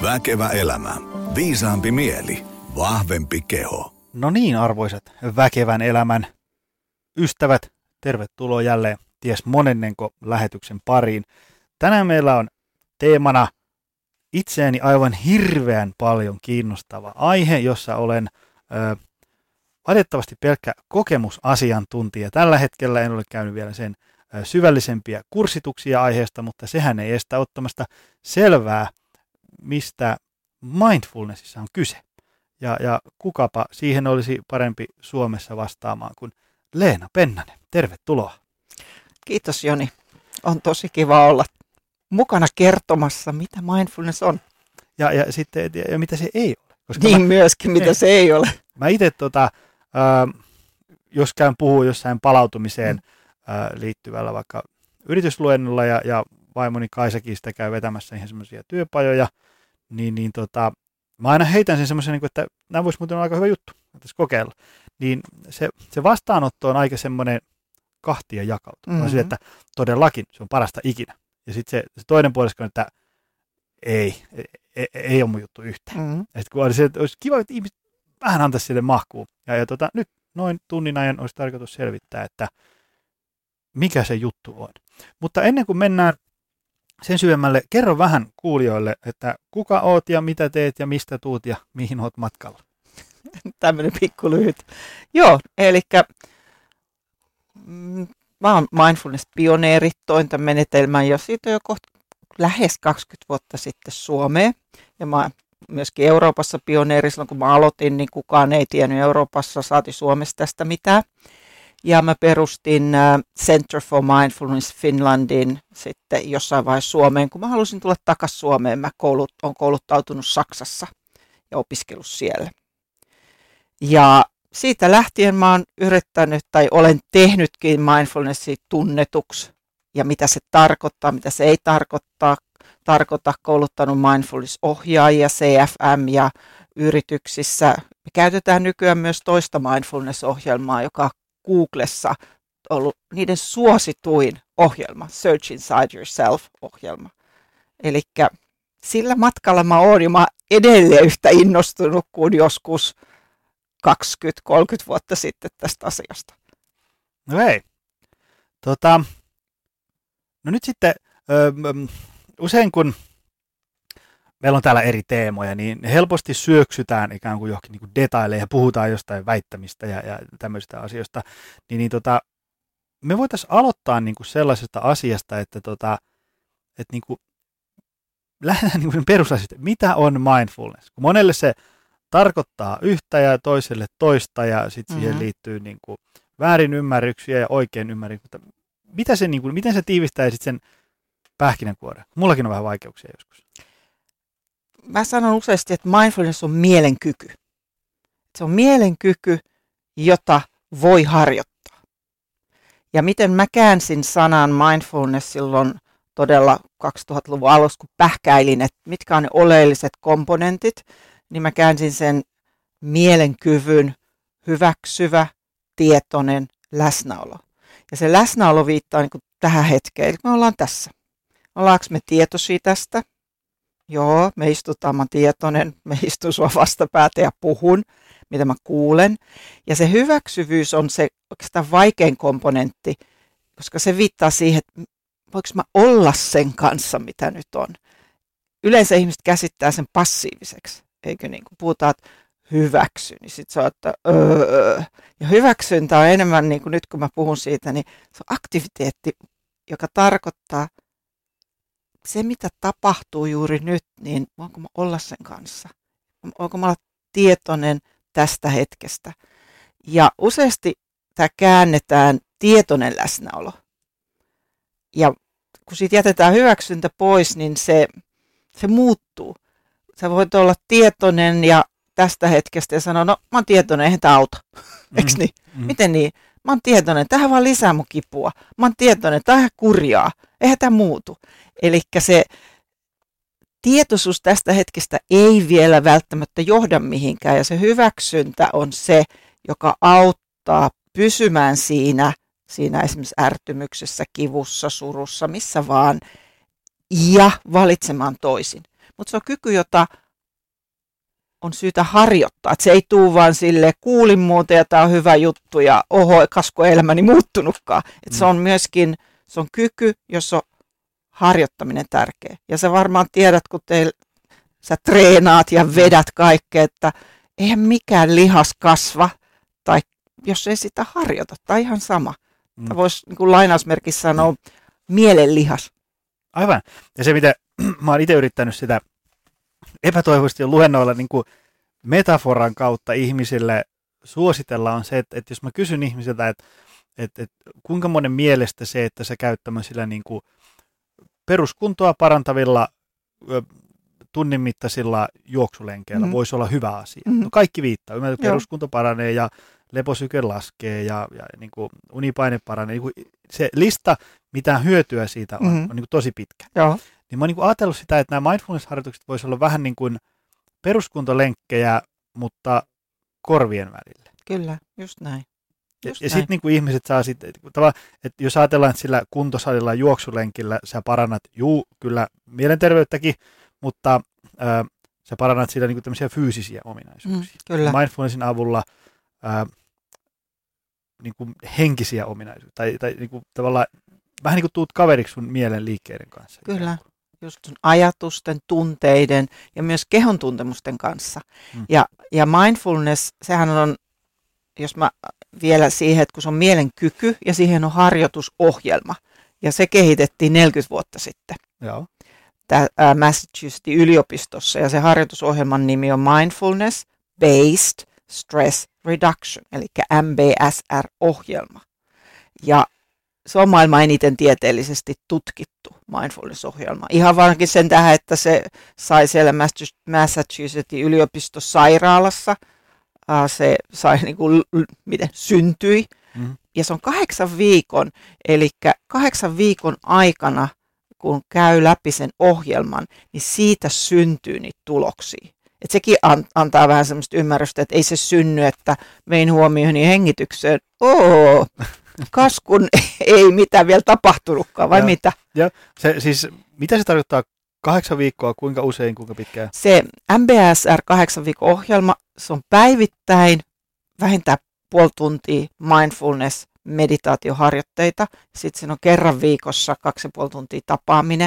Väkevä elämä. Viisaampi mieli. Vahvempi keho. No niin, arvoisat väkevän elämän ystävät, tervetuloa jälleen ties monennenko lähetyksen pariin. Tänään meillä on teemana itseäni aivan hirveän paljon kiinnostava aihe, jossa olen valitettavasti pelkkä kokemusasiantuntija. Tällä hetkellä en ole käynyt vielä sen syvällisempiä kurssituksia aiheesta, mutta sehän ei estä ottamasta selvää, mistä mindfulnessissa on kyse. Ja kukapa siihen olisi parempi Suomessa vastaamaan kuin Leena Pennanen. Tervetuloa. Kiitos Joni. On tosi kiva olla mukana kertomassa, mitä mindfulness on. Ja sitten ja mitä se ei ole. Koska myöskin, mitä se ei ole. Mä itse, jos käyn puhua jossain palautumiseen liittyvällä vaikka yritysluennolla ja vaimoni Kaisakin sitä käy vetämässä ihan semmoisia työpajoja, niin mä aina heitän sen semmoisen, että nämä voisi muuten olla aika hyvä juttu, että kokeilla. Niin se vastaanotto on aika semmoinen kahtia jakautunut. On sille, että todellakin se on parasta ikinä. Ja sitten se toinen puolisko on, että ei ole mun juttu yhtään. Ja sitten kun olisi kiva, että ihmiset vähän antaisi sille mahkuun. Ja nyt noin tunnin ajan olisi tarkoitus selvittää, että mikä se juttu on. Mutta ennen kuin mennään sen syvemmälle, kerro vähän kuulijoille, että kuka oot ja mitä teet ja mistä tuut ja mihin oot matkalla. Tämmöinen pikku lyhyt. Joo, eli mä oon mindfulness-pioneeri, toin tämän menetelmän jo siitä jo lähes 20 vuotta sitten Suomeen. Ja mä myöskin Euroopassa pioneeri, silloin kun mä aloitin, niin kukaan ei tiennyt Euroopassa, saati Suomessa tästä mitään. Ja mä perustin Center for Mindfulness Finlandin sitten jossain vaiheessa Suomeen, kun mä halusin tulla takaisin Suomeen. Mä olen kouluttautunut Saksassa ja opiskellut siellä. Ja siitä lähtien mä oon yrittänyt tai olen tehnytkin mindfulnessia tunnetuksi ja mitä se tarkoittaa, mitä se ei tarkoita, kouluttanut mindfulness-ohjaajia CFM ja yrityksissä. Me käytetään nykyään myös toista mindfulness-ohjelmaa, joka Googlessa ollut niiden suosituin ohjelma, Search Inside Yourself-ohjelma. Eli sillä matkalla mä oon ja mä edelleen yhtä innostunut kuin joskus 20-30 vuotta sitten tästä asiasta. No hei. No nyt sitten usein kun meillä on täällä eri teemoja, niin helposti syöksytään ikään kuin johonkin niin detaileihin ja puhutaan jostain väittämistä ja tämmöisistä asioista. Me voitaisiin aloittaa niin kuin sellaisesta asiasta, että niin kuin lähdetään niin kuin perusasioista. Mitä on mindfulness? Kun monelle se tarkoittaa yhtä ja toiselle toista ja sitten siihen liittyy niin kuin väärinymmärryksiä ja oikein ymmärryksiä. Miten se tiivistää sitten sen pähkinänkuoren? Mullakin on vähän vaikeuksia joskus. Mä sanon useasti, että mindfulness on mielenkyky. Se on mielenkyky, jota voi harjoittaa. Ja miten mä käänsin sanan mindfulness silloin todella 2000-luvun alussa, kun pähkäilin, että mitkä on ne oleelliset komponentit, niin mä käänsin sen mielenkyvyn hyväksyvä, tietoinen läsnäolo. Ja se läsnäolo viittaa niin kuin tähän hetkeen, eli me ollaan tässä. Ollaanko me tietoisia tästä? Joo, me istutaan, mä oon tietoinen, me istun sua vastapäätä ja puhun, mitä mä kuulen. Ja se hyväksyvyys on se oikeastaan vaikein komponentti, koska se viittaa siihen, että voinko mä olla sen kanssa, mitä nyt on. Yleensä ihmiset käsittää sen passiiviseksi, eikö niin kuin puhutaan, että hyväksy, niin sitten se on, että Ja hyväksyntä on enemmän, niin kuin nyt kun mä puhun siitä, niin se on aktiviteetti, joka tarkoittaa, se, mitä tapahtuu juuri nyt, niin voinko mä olla sen kanssa? Voinko mä olla tietoinen tästä hetkestä? Ja useasti tämä käännetään tietoinen läsnäolo. Ja kun siitä jätetään hyväksyntä pois, niin se muuttuu. Sä voit olla tietoinen ja tästä hetkestä ja sanoa, no mä oon tietoinen, eihän tämä auta. Eikö niin? Miten niin? Mä oon tietoinen, tähän vaan lisää mun kipua. Mä oon tietoinen, tähän kurjaa. Eihän tämä muutu. Eli se tietoisuus tästä hetkestä ei vielä välttämättä johda mihinkään. Ja se hyväksyntä on se, joka auttaa pysymään siinä esimerkiksi ärtymyksessä, kivussa, surussa, missä vaan. Ja valitsemaan toisin. mutta se on kyky, jota on syytä harjoittaa. Että se ei tule vaan silleen, kuulin muuten ja tämä on hyvä juttu ja oho, kasko elämäni muuttunutkaan. Että se on myöskin, se on kyky, jossa on harjoittaminen tärkeä. Ja sä varmaan tiedät, kun sä treenaat ja vedät kaikkea, että eihän mikään lihas kasva, tai jos ei sitä harjoita, tai ihan sama. Voisi niin kuin lainausmerkissä sanoa mielenlihas. Aivan. Ja se, mitä mä oon itse yrittänyt sitä epätoivoisesti luennoilla niin kuin metaforan kautta ihmisille suositella, on se, että jos mä kysyn ihmisiltä, että kuinka monen mielestä se, että sä käyt tämmöisillä niin kuin peruskuntoa parantavilla tunnin mittaisilla juoksulenkeillä voisi olla hyvä asia. No kaikki viittaa. Peruskunto paranee ja leposyke laskee ja niin kuin unipaine paranee. Niin kuin se lista, mitä hyötyä siitä on niin kuin tosi pitkä. Joo. Niin mä oon niin kuin ajatellut sitä, että nämä mindfulness-harjoitukset voisi olla vähän niin kuin peruskuntolenkkejä, mutta korvien välillä. Kyllä, just näin. Ja sitten niin kuin ihmiset saa sitten, että jos ajatellaan, että sillä kuntosalilla juoksulenkillä sä parannat, kyllä mielenterveyttäkin, mutta sä parannat sillä niin kuin tämmöisiä fyysisiä ominaisuuksia. Kyllä. Mindfulnessin avulla niin kuin henkisiä ominaisuuksia, tai niin kuin tavallaan vähän niin kuin tuut kaveriksi sun mielen liikkeiden kanssa. Kyllä, just sun ajatusten, tunteiden ja myös kehon tuntemusten kanssa. Ja mindfulness, sehän on, jos mä vielä siihen, että kun se on mielenkyky ja siihen on harjoitusohjelma. Ja se kehitettiin 40 vuotta sitten. Joo. Massachusettsin yliopistossa ja se harjoitusohjelman nimi on Mindfulness Based Stress Reduction, eli MBSR-ohjelma. Ja se on maailman eniten tieteellisesti tutkittu mindfulness-ohjelma. Ihan vaankin sen tähän, että se sai siellä Massachusettsin yliopistosairaalassa. Se sai niin kuin, miten syntyi. Ja se on 8 viikon, eli 8 viikon aikana, kun käy läpi sen ohjelman, niin siitä syntyy niitä tuloksia. Et sekin antaa vähän semmoista ymmärrystä, että ei se synny, että vein huomioon hengitykseen. Kas kun ei mitään vielä tapahtunutkaan, vai mitä? Ja mitä se tarkoittaa 8 viikkoa, kuinka usein, kuinka pitkään? Se MBSR 8 viikon ohjelma, se on päivittäin vähintään puoli tuntia mindfulness meditaatioharjoitteita. Sitten siinä on kerran viikossa 2,5 tuntia tapaaminen.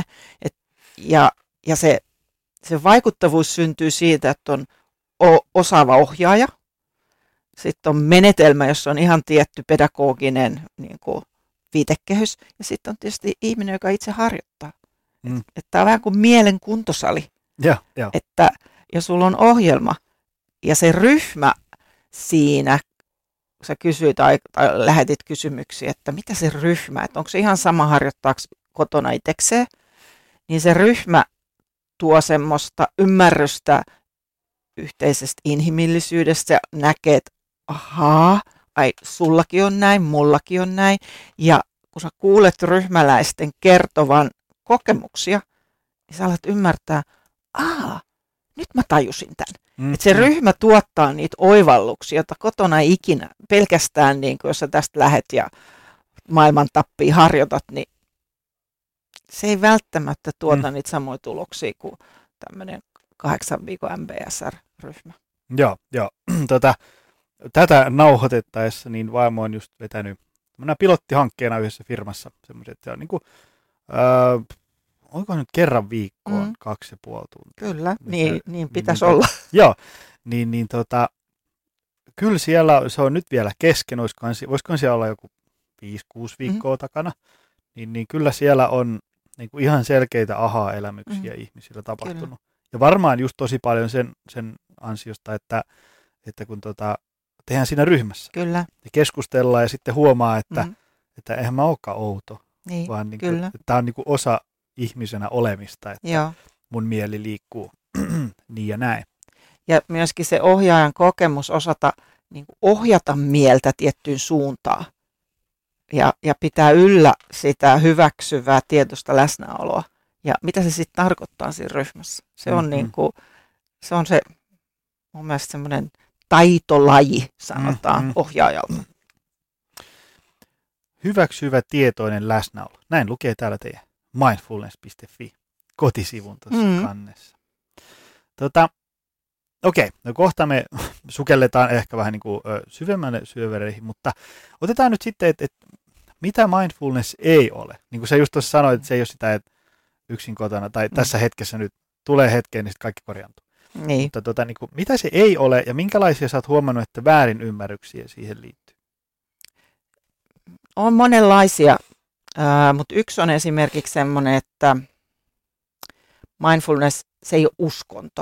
Ja se vaikuttavuus syntyy siitä, että on osaava ohjaaja. Sitten on menetelmä, jossa on ihan tietty pedagoginen niin kuin viitekehys. Ja sitten on tietysti ihminen, joka itse harjoittaa. Tämä on vähän kuin mielen kuntosali. Ja. Että jos sulla on ohjelma ja se ryhmä siinä, sä kysyit tai lähetit kysymyksiä, että mitä se ryhmä, että onko se ihan sama harjoittaako kotona itsekseen, niin se ryhmä tuo semmoista ymmärrystä yhteisestä inhimillisyydestä ja näkee, että ahaa, ai sullakin on näin, mullakin on näin. Ja kun sä kuulet ryhmäläisten kertovan kokemuksia, niin sä alat ymmärtää, nyt mä tajusin tämän. Että se ryhmä tuottaa niitä oivalluksia, joita kotona ei ikinä, pelkästään niin kuin jos sä tästä lähet ja maailman tappiin harjoitat, niin se ei välttämättä tuota niitä samoja tuloksia kuin tämmöinen 8 viikon MBSR-ryhmä. Joo. Tätä nauhoitettaessa niin vaimo on just vetänyt pilottihankkeena yhdessä firmassa semmoiset, että on niin kuin, onko nyt kerran viikkoon 2,5 tuntia? Kyllä, niin pitäisi olla. Joo, kyllä siellä se on nyt vielä kesken, voisikohan siellä olla joku 5-6 viikkoa takana, niin kyllä siellä on niin kuin ihan selkeitä aha-elämyksiä ihmisillä tapahtunut. Kyllä. Ja varmaan just tosi paljon sen ansiosta, että kun tehdään siinä ryhmässä. Kyllä. Ja keskustellaan ja sitten huomaa, että eihän mä olekaan outo, vaan niin kuin, että tämä on niin kuin osa ihmisenä olemista, että mun mieli liikkuu niin ja näin. Ja myöskin se ohjaajan kokemus osata niin kuin ohjata mieltä tiettyyn suuntaan ja pitää yllä sitä hyväksyvää tietoista läsnäoloa. Ja mitä se sitten tarkoittaa siinä ryhmässä? Se on, niin kuin, se on se mun mielestä semmoinen taitolaji, sanotaan ohjaajalta. Hyväksyvä tietoinen läsnäolo. Näin lukee täällä teidän mindfulness.fi kotisivun tuossa kannessa. Okei, no kohta me sukelletaan ehkä vähän niin kuin syvemmälle syövereihin, mutta otetaan nyt sitten, että mitä mindfulness ei ole. Niin kuin sä just tuossa sanoit, että se ei ole sitä, että yksin kotona tai tässä hetkessä nyt tulee hetkeen, niin sitten kaikki korjaantuu. Niin. Mutta niin kuin, mitä se ei ole ja minkälaisia sä oot huomannut, että väärinymmärryksiä siihen liittyy? On monenlaisia, mutta yksi on esimerkiksi semmoinen, että mindfulness, se ei ole uskonto.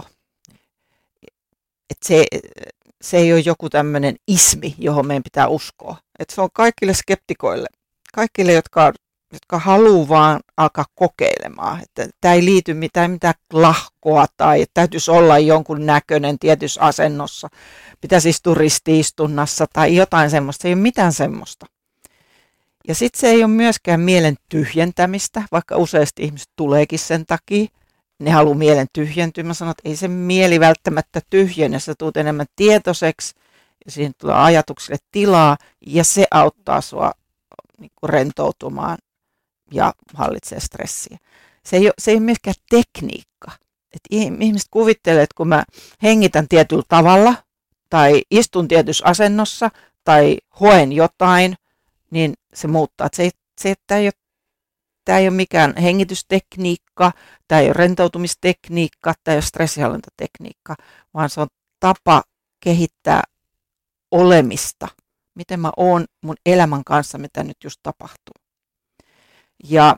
Että se ei ole joku tämmöinen ismi, johon meidän pitää uskoa. Että se on kaikille skeptikoille, kaikille, jotka haluaa vaan alkaa kokeilemaan. Että tämä ei liity mitään lahkoa tai että täytyisi olla jonkun näköinen tietyssä asennossa. Pitäisi istua ristiistunnassa tai jotain semmoista. Se ei ole mitään semmoista. Ja sitten se ei ole myöskään mielen tyhjentämistä, vaikka useasti ihmiset tuleekin sen takia. Ne haluaa mielen tyhjentyä. Mä sanon, että ei se mieli välttämättä tyhjene, sä tulet enemmän tietoiseksi ja siihen tulee ajatuksille tilaa ja se auttaa sua niin kuin rentoutumaan ja hallitsee stressiä. Se ei ole myöskään tekniikka. Et ihmiset kuvittelee, että kun mä hengitän tietyllä tavalla tai istun tietyssä asennossa tai hoen jotain, niin se muuttaa. Tämä ei ole mikään hengitystekniikka, tämä ei ole rentoutumistekniikka, tämä ei ole stressihallintatekniikka, vaan se on tapa kehittää olemista, miten mä oon mun elämän kanssa, mitä nyt just tapahtuu. Ja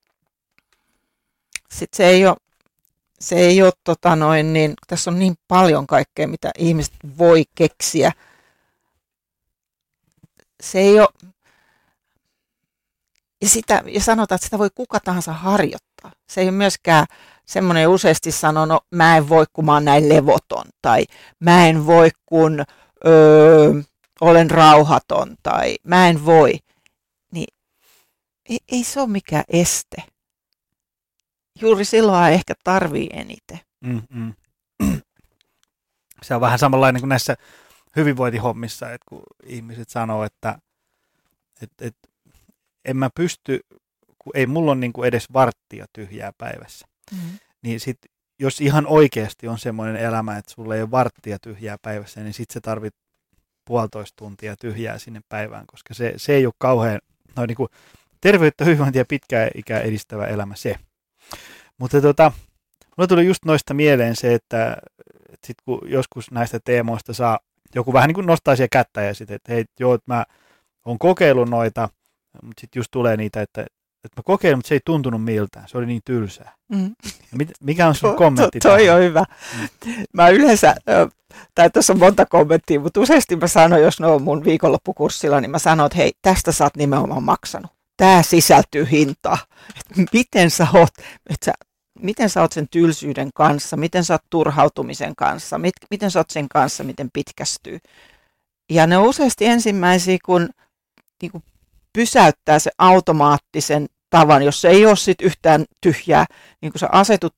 sitten se ei ole niin, tässä on niin paljon kaikkea, mitä ihmiset voi keksiä. Se ei ole, ja sanotaan, että sitä voi kuka tahansa harjoittaa. Se ei ole myöskään semmoinen, useasti sanoo, no mä en voi, kun mä oon näin levoton, tai mä en voi, kun olen rauhaton, tai mä en voi. Niin ei se ole mikään este. Juuri silloin ehkä tarvii eniten. Mm-mm. Se on vähän samanlainen kuin näissä hyvinvointihommissa, että kun ihmiset sanoo, että en mä pysty, kun ei mulla ole niin kuin edes varttia tyhjää päivässä. Mm-hmm. Niin sit, jos ihan oikeasti on semmoinen elämä, että sulla ei ole varttia tyhjää päivässä, niin sit sä tarvit 1,5 tuntia tyhjää sinne päivään, koska se ei ole kauhean niin kuin terveyttä, hyvinvointia ja pitkää ikää edistävä elämä se. Mutta mulla tuli just noista mieleen se, että sit kun joskus näistä teemoista saa joku vähän niin kuin nostaa siellä kättä ja sitten, että hei, joo, että mä oon kokeillut noita, mutta sitten just tulee niitä, että mä kokeilin, mutta se ei tuntunut miltään. Se oli niin tylsää. Mm. Mikä on sun kommentti tähän? Toi on hyvä. Mä yleensä, tai tuossa on monta kommenttia, mutta useasti mä sanon, jos ne on mun viikonloppukurssilla, niin mä sanon, että hei, tästä sä oot nimenomaan maksanut. Tää sisältyy hintaan. Miten sä oot sen tylsyyden kanssa, miten sä oot turhautumisen kanssa, miten sä oot sen kanssa, miten pitkästyy. Ja ne on useasti ensimmäisiä, kun niin kuin pysäyttää se automaattisen tavan, jos se ei ole sit yhtään tyhjää, niin kun sä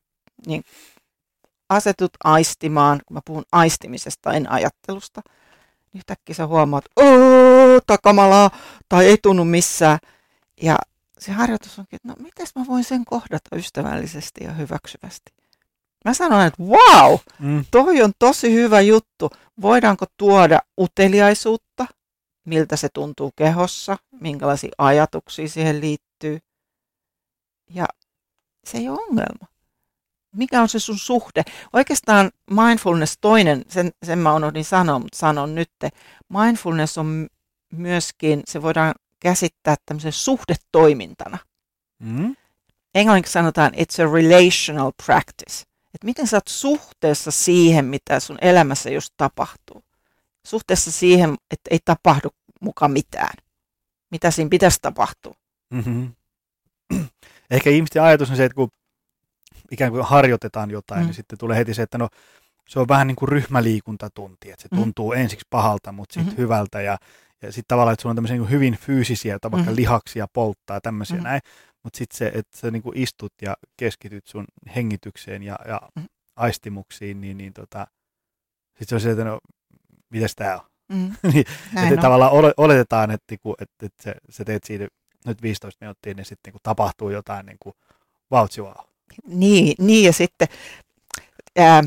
asetut aistimaan, kun mä puhun aistimisesta, en ajattelusta, niin yhtäkkiä sä huomaat, takamalaa, tai ei tunnu missään. Ja se harjoitus onkin, että no mites mä voin sen kohdata ystävällisesti ja hyväksyvästi. Mä sanon, että vau, toi on tosi hyvä juttu. Voidaanko tuoda uteliaisuutta? Miltä se tuntuu kehossa, minkälaisia ajatuksia siihen liittyy. Ja se ei ole ongelma. Mikä on se sun suhde? Oikeastaan mindfulness toinen, sen mä unohdin sanoa, mutta sanon nyt. Mindfulness on myöskin, se voidaan käsittää tämmöisen suhdetoimintana. Englanniksi sanotaan, it's a relational practice. Että miten sä oot suhteessa siihen, mitä sun elämässä just tapahtuu. Suhteessa siihen, että ei tapahdu mukaan mitään. Mitä siinä pitäisi tapahtua? Mm-hmm. Ehkä ihmisten ajatus on se, että kun ikään kuin harjoitetaan jotain, niin sitten tulee heti se, että no se on vähän niin kuin ryhmäliikuntatunti, että se tuntuu ensiksi pahalta, mutta sitten hyvältä ja sitten tavallaan, että sulla on tämmöisiä niin hyvin fyysisiä, että vaikka lihaksia polttaa tämmöisiä näin, mutta sitten se, että sä niin kuin istut ja keskityt sun hengitykseen ja aistimuksiin, niin sitten se on se, että no mitäs tää on? Niin, että tavallaan oletetaan, että sä teet siitä nyt 15 minuuttia, niin sitten niin tapahtuu jotain niin kuin vauhti wow. Niin ja sitten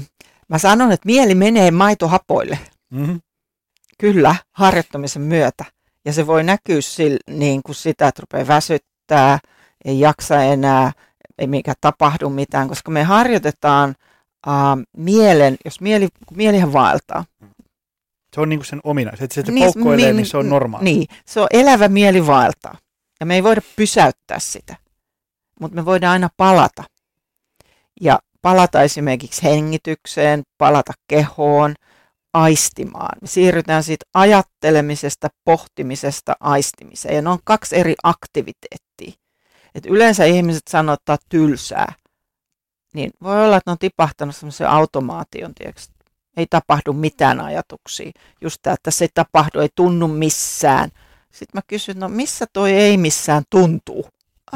Mä sanon, että mieli menee maitohapoille. Mm-hmm. Kyllä, harjoittamisen myötä. Ja se voi näkyä niin kuin sitä, että rupeaa väsyttää, ei jaksa enää, ei mikä tapahdu mitään, koska me harjoitetaan mielen, kun mielihän vaeltaa. Se on niin kuin sen ominaisuus, että se poukkoilee, niin se on normaali. Niin, se on elävä mieli vaeltaa. Ja me ei voida pysäyttää sitä, mutta me voidaan aina palata. Ja palata esimerkiksi hengitykseen, palata kehoon, aistimaan. Me siirrytään siitä ajattelemisesta, pohtimisesta aistimiseen. Ja ne on 2 eri aktiviteettia. Et yleensä ihmiset sanoo, että on tylsää. Niin voi olla, että ne on tipahtanut semmoisen automaation, tiedätkö? Ei tapahdu mitään ajatuksia. Just tämä, että se ei tapahdu, ei tunnu missään. Sitten mä kysyn, no missä toi ei missään tuntuu?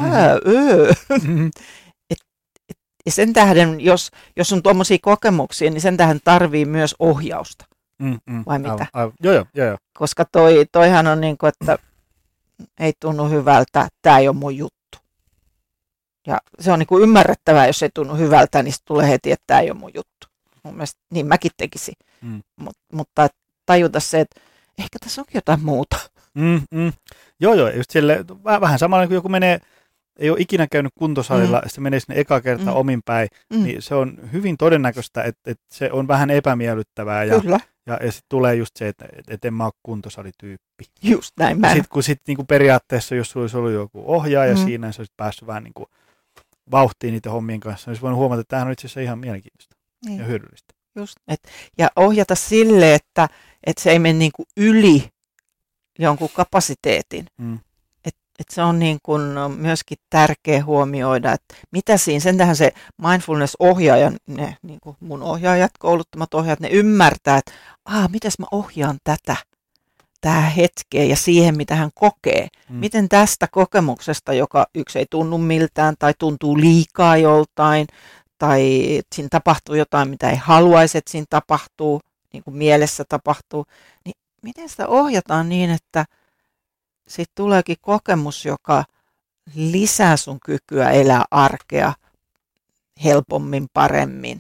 Ja sen tähden, jos on tuommoisia kokemuksia, niin sen tähden tarvii myös ohjausta. Vai mitä? Joo. Koska toihan on niin kuin, että ei tunnu hyvältä, tämä ei ole mun juttu. Ja se on niin kuin ymmärrettävää, jos ei tunnu hyvältä, niin tulee heti, että tämä ei ole mun juttu. Mun mielestä niin mäkin tekisin. Mutta tajuta se, että ehkä tässä onkin jotain muuta. Joo, just sille, vähän samalla kuin joku menee, ei ole ikinä käynyt kuntosalilla, se menee sinne eka kerta omin päin, niin se on hyvin todennäköistä, että se on vähän epämiellyttävää ja sitten tulee just se, että en mä ole kuntosalityyppi. Just näin mä. Sitten niinku periaatteessa, jos sulla olisi ollut joku ohjaaja siinä, se olisi päässyt vähän niinku vauhtiin niiden hommien kanssa, olisi voinut huomata, että tämähän on itse asiassa ihan mielenkiintoista ja hyödyllistä. Just, ja ohjata sille, että se ei mene niinku yli jonkun kapasiteetin. Että se on niin kuin myöskin tärkeä huomioida, että mitä siinä, sen tähän se mindfulness-ohjaaja, ne niin kuin mun ohjaajat, kouluttamat ohjaajat, ne ymmärtää, että mitäs mä ohjaan tähän hetkeen ja siihen, mitä hän kokee. Miten tästä kokemuksesta, joka yksi ei tunnu miltään tai tuntuu liikaa joltain, tai siinä tapahtuu jotain, mitä ei haluaisi, että siinä tapahtuu, niin kuin mielessä tapahtuu, niin miten sitä ohjataan niin, että siitä tuleekin kokemus, joka lisää sun kykyä elää arkea helpommin, paremmin.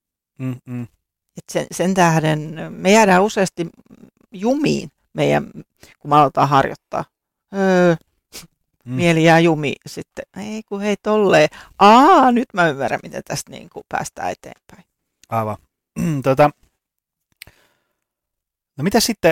Et sen tähden me jäädään useasti jumiin, kun me aletaan harjoittaa. Mieli jää jumiin. Sitten, ei kun hei tolleen. Nyt mä ymmärrän, miten tästä niin kuin päästään eteenpäin. Aivan. No mitä sitten...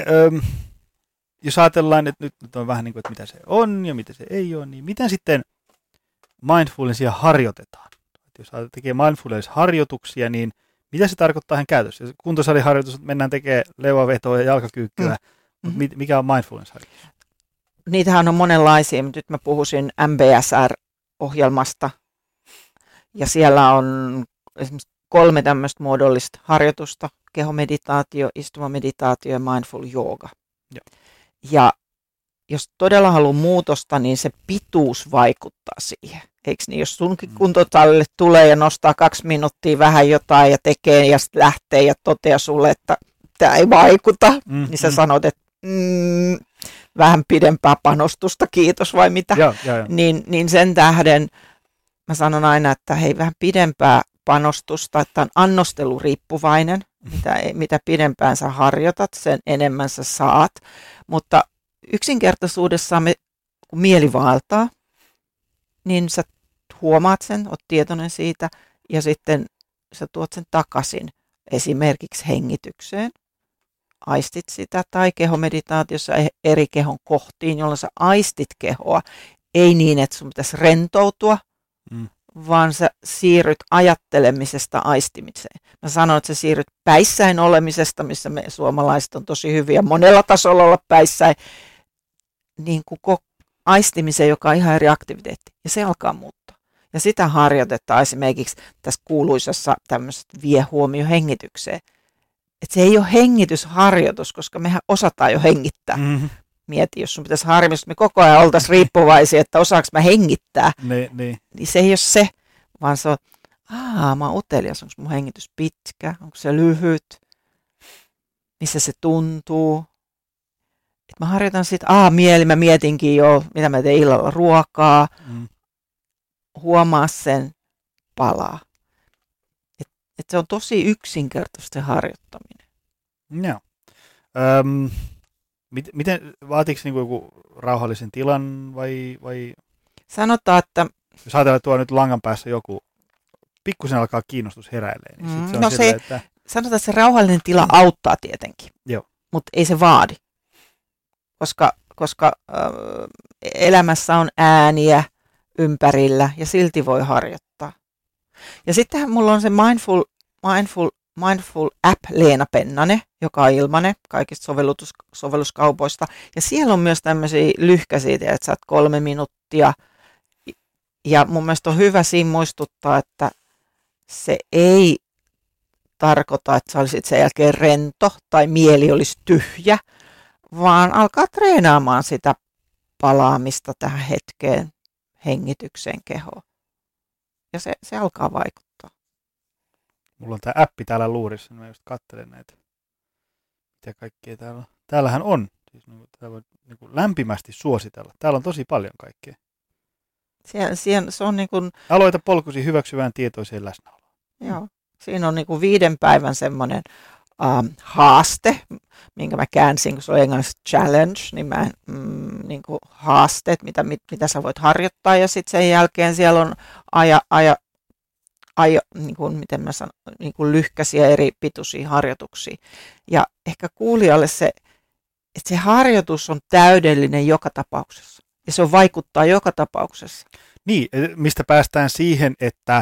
Jos ajatellaan, että nyt on vähän niin kuin, että mitä se on ja mitä se ei ole, niin miten sitten mindfulnessia harjoitetaan? Jos tekee mindfulness-harjoituksia, niin mitä se tarkoittaa ihan käytössä? Kuntosaliharjoitus, mennään tekemään leuavetoa ja jalkakyykkyä, mutta mikä on mindfulness-harjoitus? Niitähän on monenlaisia, mutta nyt mä puhuisin MBSR-ohjelmasta. Ja siellä on esimerkiksi 3 tämmöistä muodollista harjoitusta, kehomeditaatio, istumameditaatio ja mindful yoga. Ja jos todella haluaa muutosta, niin se pituus vaikuttaa siihen. Eikö niin, jos sunkin kuntosalille tulee ja nostaa 2 minuuttia vähän jotain ja tekee ja sitten lähtee ja toteaa sulle, että tämä ei vaikuta, niin sä sanot, että vähän pidempää panostusta, kiitos vai mitä. Niin sen tähden mä sanon aina, että hei vähän pidempää panostusta, että on annosteluriippuvainen. Mitä pidempään sä harjoitat, sen enemmän sä saat. Mutta yksinkertaisuudessaan kun mieli vaeltaa, niin sä huomaat sen, oot tietoinen siitä ja sitten sä tuot sen takaisin esimerkiksi hengitykseen. Aistit sitä tai kehomeditaatiossa eri kehon kohtiin, jolloin sä aistit kehoa. Ei niin, että sun pitäisi rentoutua, vaan sä siirryt ajattelemisesta aistimiseen. Mä sanon, että sä siirryt päissäin olemisesta, missä me suomalaiset on tosi hyviä monella tasolla olla päissäin, niin kuin aistimiseen, joka on ihan eri aktiviteetti. Ja se alkaa muuttaa. Ja sitä harjoitetaan esimerkiksi tässä kuuluisassa tämmöisestä vie huomio hengitykseen. Että se ei ole hengitysharjoitus, koska mehän osataan jo hengittää. Mieti, jos sun pitäisi harjoittaa, me koko ajan oltaisiin riippuvaisia, että osaanko mä hengittää. Niin se ei ole se, vaan se on, mä oon utelias, onko mun hengitys pitkä, onko se lyhyt, missä se tuntuu. Et mä harjoitan sitten, mieli, mä mietinkin jo, mitä mä teen illalla ruokaa, huomaa sen, palaa. Että se on tosi yksinkertaisesti harjoittaminen. Joo. Miten, vaatiiko niinku joku rauhallisen tilan vai Sanotaan, että jos ajatellaan, että tuo nyt langan päässä joku pikkusen alkaa kiinnostus heräilee, niin sit se on no silleen, että sanotaan, että se rauhallinen tila auttaa tietenkin, joo. mutta ei se vaadi, koska elämässä on ääniä ympärillä ja silti voi harjoittaa. Ja sittenhän mulla on se Mindful App Leena Pennanen, joka on ilmainen kaikista sovelluskaupoista. Ja siellä on myös tämmöisiä lyhkäisiä, että sä oot 3 minuuttia. Ja mun mielestä on hyvä siinä muistuttaa, että se ei tarkoita, että sä olisit sen jälkeen rento tai mieli olisi tyhjä, vaan alkaa treenaamaan sitä palaamista tähän hetkeen, hengitykseen, kehoon. Ja se alkaa vaikuttaa. Mulla on tämä appi täällä luurissa, niin mä just katselen näitä, mitä kaikkea täällä on. Täällähän on, siis tää voi lämpimästi suositella. Täällä on tosi paljon kaikkea. Se on niin kuin, Aloita polkusi hyväksyvään tietoiseen läsnäoloon. joo, siinä on niin kuin 5 päivän semmoinen haaste, minkä mä käänsin, kun se on englanniksi challenge, niin niin kuin haasteet, mitä sä voit harjoittaa, ja sitten sen jälkeen siellä on niin kuin, miten mä sanon, niin kuin lyhkäisiä eri pituisia harjoituksia. Ja ehkä kuulijalle se, että se harjoitus on täydellinen joka tapauksessa. Ja se vaikuttaa joka tapauksessa. Niin, mistä päästään siihen, että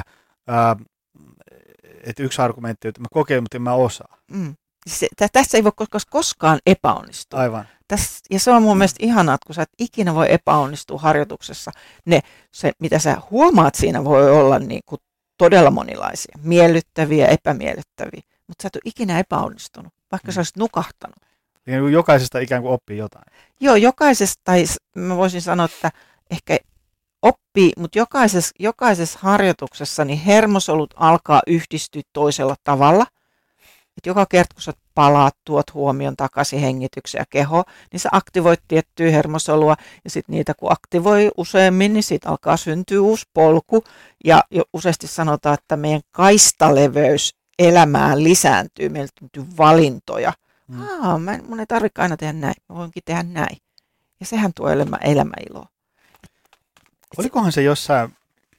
yksi argumentti on, että mä kokeilen, mutta en mä osaa. Tässä ei voi koskaan epäonnistua. Aivan. Ja se on mun mielestä ihanaa, että kun sä et ikinä voi epäonnistua harjoituksessa, se mitä sä huomaat siinä voi olla niin kuin todella monilaisia, miellyttäviä, epämiellyttäviä, mutta sä et ole ikinä epäonnistunut, vaikka sä olisit nukahtanut. Ja jokaisesta ikään kuin oppii jotain. Joo, jokaisesta, tai mä voisin sanoa, että ehkä oppii, mutta jokaisessa harjoituksessa niin hermosolut alkaa yhdistyä toisella tavalla. Et joka kerta, kun sä palaat, tuot huomion takaisin hengitykseen ja kehoon, niin sä aktivoit tiettyä hermosolua, ja sitten niitä kun aktivoi useammin, niin siitä alkaa syntyä uusi polku, ja useasti sanotaan, että meidän kaistaleveys elämään lisääntyy, meillä syntyy valintoja. Mun ei tarvitse aina tehdä näin, mä voinkin tehdä näin. Ja sehän tuo elämäiloa. Olikohan se jossain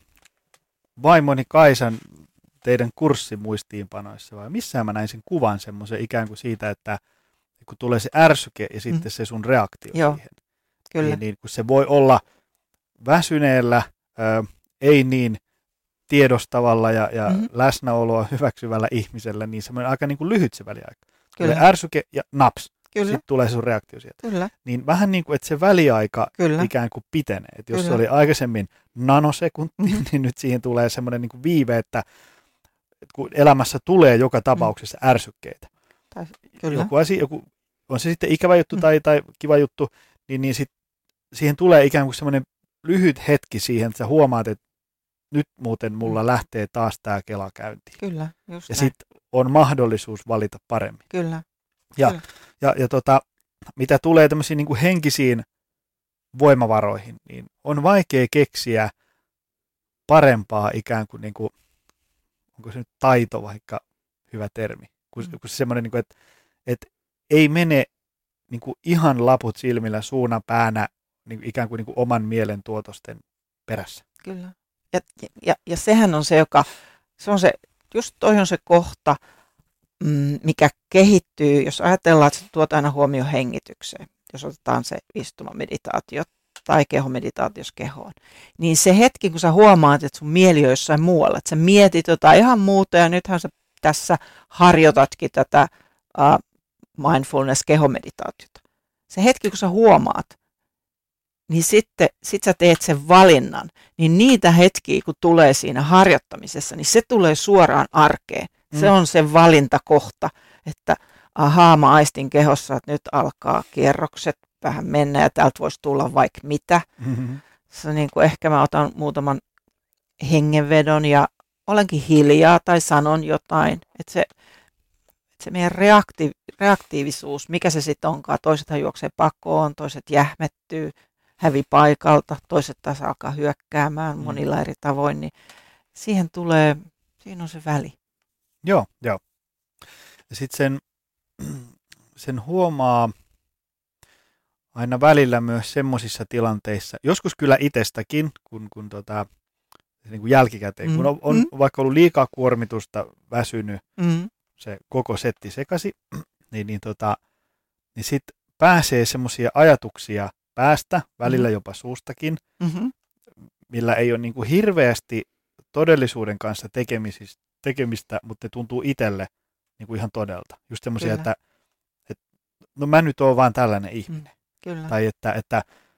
vaimoni Kaisan teidän kurssimuistiinpanoissa vai missään mä näin sen kuvan semmoisen ikään kuin siitä, että kun tulee se ärsyke ja sitten se sun reaktio siihen. Kyllä. Niin kun se voi olla väsyneellä, ei niin tiedostavalla ja läsnäoloa hyväksyvällä ihmisellä, niin semmoinen aika niin kuin lyhyt se väliaika. Tulee ärsyke ja naps. Kyllä. Sitten tulee se sun reaktio sieltä. Kyllä. Niin vähän niin kuin, että se väliaika Kyllä. ikään kuin pitenee. Että jos se oli aikaisemmin nanosekunti, niin nyt siihen tulee semmoinen niin kuin viive, että kun elämässä tulee joka tapauksessa ärsykkeitä. Kyllä. Joku asia, on se sitten ikävä juttu tai kiva juttu, niin siihen tulee ikään kuin semmoinen lyhyt hetki siihen, että sä huomaat, että nyt muuten mulla lähtee taas tämä kela käyntiin. Kyllä, just ja näin. sitten on mahdollisuus valita paremmin. Kyllä. Ja mitä tulee tämmöisiin niin kuin henkisiin voimavaroihin, niin on vaikea keksiä parempaa ikään kuin, onko se nyt taito vaikka hyvä termi, kun se semmoinen, niin kuin, että ei mene niin kuin ihan laput silmillä suuna päänä niin ikään kuin oman mielen tuotosten perässä. Kyllä. Ja sehän on se, just toi on se kohta, mikä kehittyy, jos ajatellaan, että se tuot aina huomioon hengitykseen, jos otetaan se istumameditaatio tai kehomeditaatios kehoon, niin se hetki, kun sä huomaat, että sun mieli on jossain muualla, että sä mietit jotain ihan muuta ja nythän sä tässä harjoitatkin tätä mindfulness-kehomeditaatiota. Se hetki, kun sä huomaat, niin sitten sä teet sen valinnan, niin niitä hetkiä, kun tulee siinä harjoittamisessa, niin se tulee suoraan arkeen. Se on se valintakohta, että mä aistin kehossa, että nyt alkaa kierrokset vähän mennä ja täältä voisi tulla vaikka mitä. Se on niin kuin ehkä mä otan muutaman hengenvedon ja olenkin hiljaa tai sanon jotain. Että se meidän reaktiivisuus, mikä se sitten onkaan, toisethan juoksee pakoon, toiset jähmettyy, hävi paikalta, toiset taas alkaa hyökkäämään monilla eri tavoin, niin siinä on se väli. Joo. Ja sitten sen huomaa aina välillä myös semmoisissa tilanteissa, joskus kyllä itsestäkin, kun niin kuin jälkikäteen, kun on vaikka ollut liikaa kuormitusta, väsynyt, se koko setti sekasi, niin sitten pääsee semmoisia ajatuksia päästä, välillä jopa suustakin, millä ei ole niin kuin hirveästi todellisuuden kanssa tekemistä, mutta ne tuntuu itselle niin kuin ihan todelta. Just semmoisia, että no mä nyt oon vaan tällainen ihminen. Kyllä. Tai että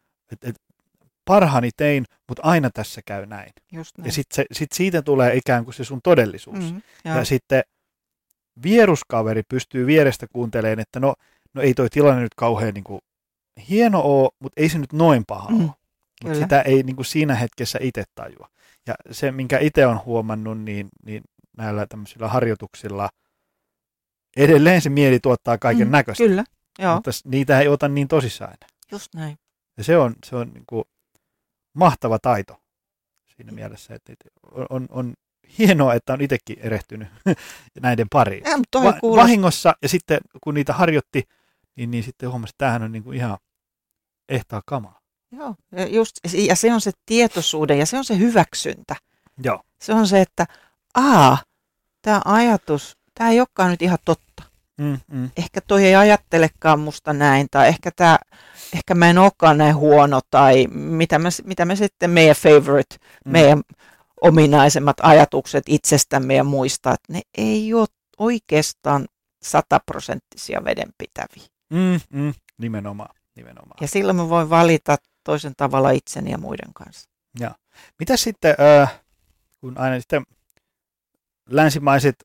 parhaani tein, mutta aina tässä käy näin. Just näin. Ja sitten siitä tulee ikään kuin se sun todellisuus. Ja sitten vieruskaveri pystyy vierestä kuuntelemaan, että no ei toi tilanne nyt kauhean niin kuin hieno ole, mutta ei se nyt noin paha ole. Mutta sitä ei niin kuin siinä hetkessä itse tajua. Ja se, minkä itse olen huomannut, niin näillä tämmöisillä harjoituksilla edelleen se mieli tuottaa kaiken näköistä. Kyllä, joo. Mutta niitä ei ota niin tosissaan aina. Just näin. Ja se on niin kuin mahtava taito siinä mielessä, että on hienoa, että on itsekin erehtynyt näiden pariin. Vahingossa, ja sitten kun niitä harjoitti, niin sitten huomasi, että tämähän on niin kuin ihan ehtaa kamaa. Joo, ja se on se tietoisuuden ja se on se hyväksyntä. Joo. Se on se, että tämä ajatus, tämä ei olekaan nyt ihan totta. Ehkä toi ei ajattelekaan musta näin, tai ehkä mä en olekaan näin huono, tai mitä me sitten meidän favorite, meidän ominaisemmat ajatukset itsestämme ja muista, että ne ei ole oikeastaan 100% vedenpitäviä. Nimenomaan. Ja silloin mä voin valita toisen tavalla itseni ja muiden kanssa. Ja. Mitä sitten, kun aina sitten länsimaiset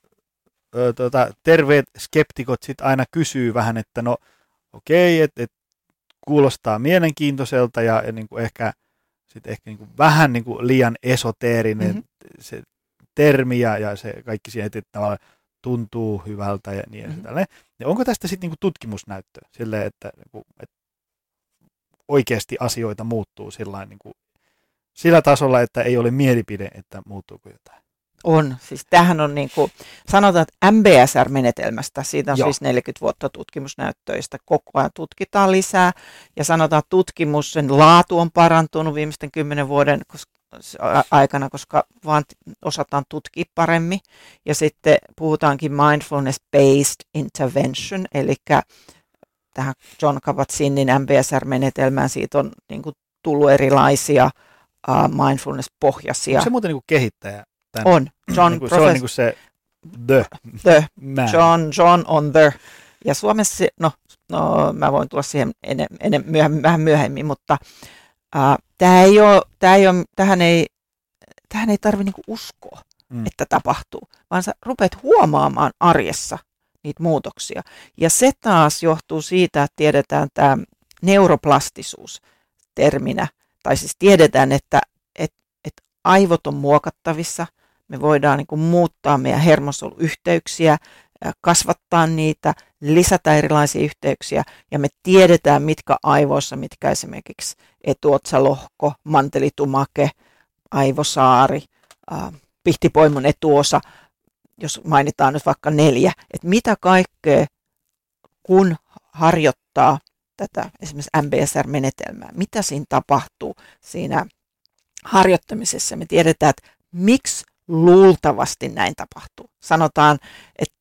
terveet skeptikot sitten aina kysyy vähän, että no okei, että kuulostaa mielenkiintoiselta ja niin kuin ehkä niin kuin vähän niin kuin liian esoteerinen se termi ja se kaikki siihen, että tavallaan tuntuu hyvältä ja niin edelleen. Ja onko tästä sitten niin kuin tutkimusnäyttöä silleen, että oikeasti asioita muuttuu niin kuin sillä tasolla, että ei ole mielipide, että muuttuuko jotain? On. Siis tämähän on niin kuin, sanotaan, että MBSR-menetelmästä, siitä on siis 40 vuotta tutkimusnäyttöistä, koko ajan tutkitaan lisää, ja sanotaan, että tutkimus, sen laatu on parantunut viimeisten 10 vuoden aikana, koska vaan osataan tutkia paremmin, ja sitten puhutaankin mindfulness-based intervention, eli tähän John Kabat-Zinnin MBSR-menetelmään siitä on niin kuin tullut erilaisia mindfulness-pohjaisia. Onko se muuten niin kuin kehittäjä? On. John niin kuin, se on niin kuin se the man. John on the. Ja Suomessa, mä voin tulla siihen vähän myöhemmin, mutta tähän ei tarvitse niinku uskoa, että tapahtuu, vaan sä rupeat huomaamaan arjessa niitä muutoksia. Ja se taas johtuu siitä, että tiedetään tämä neuroplastisuus terminä, tai siis tiedetään, että aivot on muokattavissa, me voidaan niin kuin muuttaa meidän hermosoluyhteyksiä, kasvattaa niitä, lisätä erilaisia yhteyksiä, ja me tiedetään, mitkä aivoissa, mitkä esimerkiksi etuotsalohko, mantelitumake, aivosaari, pihtipoimon etuosa, jos mainitaan nyt vaikka 4, että mitä kaikkea, kun harjoittaa tätä esimerkiksi MBSR-menetelmää, mitä siinä tapahtuu siinä harjoittamisessa. Me tiedetään, että miksi luultavasti näin tapahtuu. Sanotaan, että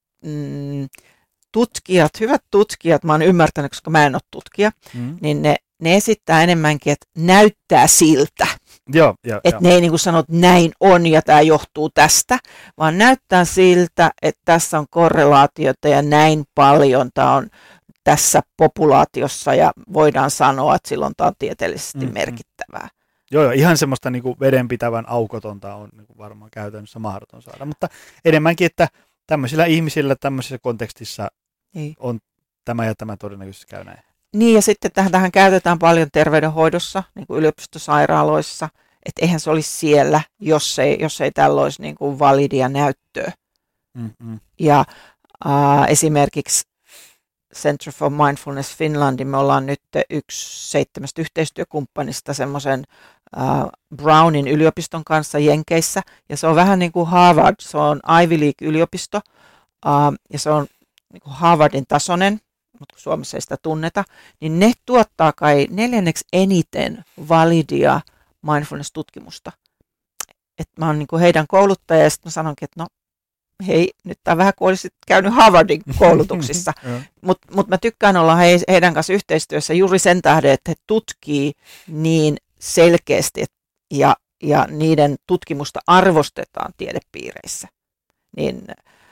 hyvät tutkijat, mä oon ymmärtänyt, koska mä en ole tutkija, niin ne esittää enemmänkin, että näyttää siltä. Että ne ei niin kuin sano, että näin on ja tämä johtuu tästä, vaan näyttää siltä, että tässä on korrelaatiota ja näin paljon tämä on tässä populaatiossa ja voidaan sanoa, että silloin tämä on tieteellisesti merkittävää. Joo, ihan semmoista niin kuin vedenpitävän aukotonta on niin kuin varmaan käytännössä mahdoton saada, mutta enemmänkin, että tämmöisillä ihmisillä tämmöisessä kontekstissa on tämä ja tämä todennäköisesti käy näin. Niin, ja sitten tähän käytetään paljon terveydenhoidossa, niin kuin yliopistosairaaloissa, että eihän se olisi siellä, jos ei tällä olisi niin kuin validia näyttöä. Ja esimerkiksi Center for Mindfulness Finland, me ollaan nyt yksi 7 yhteistyökumppanista semmoisen Brownin yliopiston kanssa Jenkeissä, ja se on vähän niin kuin Harvard, se on Ivy League-yliopisto, ja se on niin kuin Harvardin tasoinen, mutta kun Suomessa ei sitä tunneta, niin ne tuottaa kai 4. eniten validia mindfulness-tutkimusta. Et mä oon niin kuin heidän kouluttaja, ja sitten mä sanonkin, että no hei, nyt tämä vähän kuin olisit käynyt Harvardin koulutuksissa, mutta mä tykkään olla heidän kanssa yhteistyössä juuri sen tähden, että he tutkii niin selkeästi ja niiden tutkimusta arvostetaan tiedepiireissä. Niin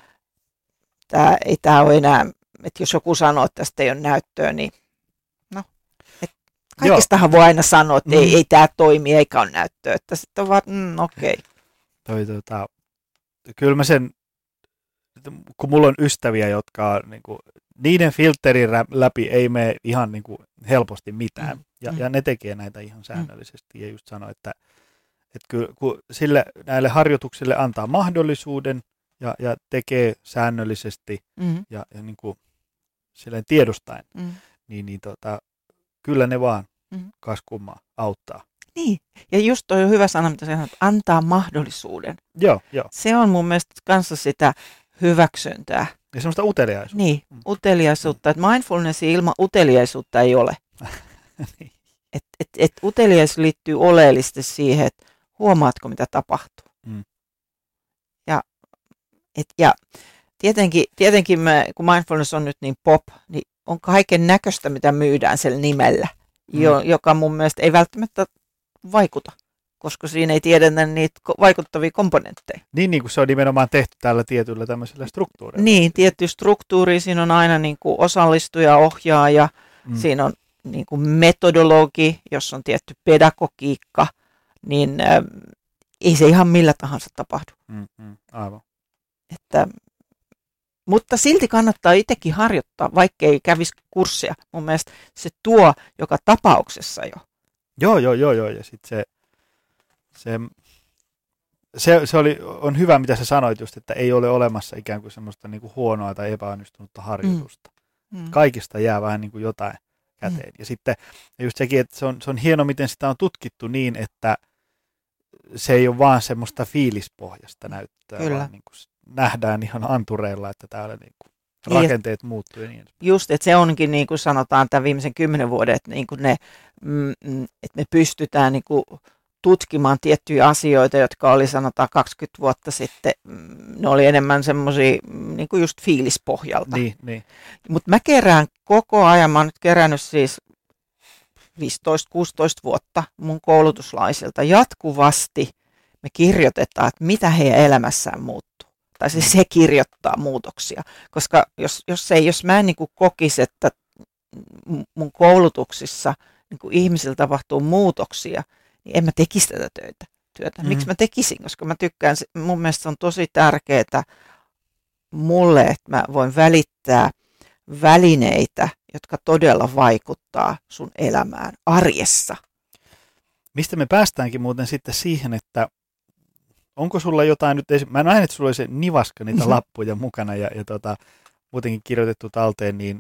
tämä ole enää, että jos joku sanoo, että tästä ei ole näyttöä, niin no, kaikistahan voi aina sanoa, että ei tämä toimi eikä ole näyttöä, että sitten on vaan, okei. Kyllä mä sen, kun mulla on ystäviä, jotka niin kuin, niiden filterin läpi ei mene ihan niin kuin, helposti mitään, ja ne tekee näitä ihan säännöllisesti, ja just sanoo, että kyllä, kun näille harjoituksille antaa mahdollisuuden, ja tekee säännöllisesti, ja niin kuin, silleen tiedostaen, niin kyllä ne vaan kas kummaa auttaa. Niin, ja just toi on hyvä sana, mitä sanot, antaa mahdollisuuden. Joo. Se on mun mielestä kanssa sitä hyväksyntää. Ja semmoista uteliaisuutta. Niin, uteliaisuutta. Että mindfulness ilman uteliaisuutta ei ole. Niin. Et uteliaisuus liittyy oleellisesti siihen, että huomaatko mitä tapahtuu. Ja tietenkin kun mindfulness on nyt niin pop, niin on kaiken näköistä, mitä myydään sillä nimellä, joka mun mielestä ei välttämättä vaikuta, koska siinä ei tiedetä niitä vaikuttavia komponentteja. Niin kuin se on nimenomaan tehty tällä tietyllä tämmöisellä struktuurilla. Niin, tietty struktuuri, siinä on aina niin kuin osallistuja, ohjaaja, siinä on niin kuin metodologi, jos on tietty pedagogiikka, niin ei se ihan millä tahansa tapahdu. Aivan. Mutta silti kannattaa itsekin harjoittaa, vaikkei kävisi kurssia. Mun mielestä se tuo joka tapauksessa jo. Joo. Ja sitten se on hyvä, mitä sä sanoit just, että ei ole olemassa ikään kuin semmoista niin kuin huonoa tai epäonnistunutta harjoitusta. Kaikista jää vähän niin kuin jotain käteen. Ja sitten just sekin, että se on hieno, miten sitä on tutkittu niin, että se ei ole vaan semmoista fiilispohjasta näyttöä, vaan niin kuin nähdään ihan antureilla, että täällä niin kuin rakenteet muuttuu ja niin edespäin. Just, että se onkin niin kuin sanotaan tämän viimeisen 10 vuoden, että, niin kuin että me pystytään niin kuin tutkimaan tiettyjä asioita, jotka oli sanotaan 20 vuotta sitten, ne oli enemmän semmoisia niin kuin just fiilispohjalta. Niin. Mutta mä kerään koko ajan, mä oon nyt kerännyt siis 15-16 vuotta mun koulutuslaisilta jatkuvasti me kirjoitetaan, että mitä heidän elämässään muuttuu. Tai siis se kirjoittaa muutoksia. Koska jos mä en niin kuin kokisi, että mun koulutuksissa niin kuin ihmisillä tapahtuu muutoksia, niin en mä tekisi tätä työtä. Miksi mä tekisin? Koska mä tykkään, mun mielestä se on tosi tärkeää mulle, että mä voin välittää välineitä, jotka todella vaikuttaa sun elämään arjessa. Mistä me päästäänkin muuten sitten siihen, että onko sulla jotain nyt, mä näin, että sulla oli se nivaska niitä lappuja mukana ja muutenkin kirjoitettu talteen, niin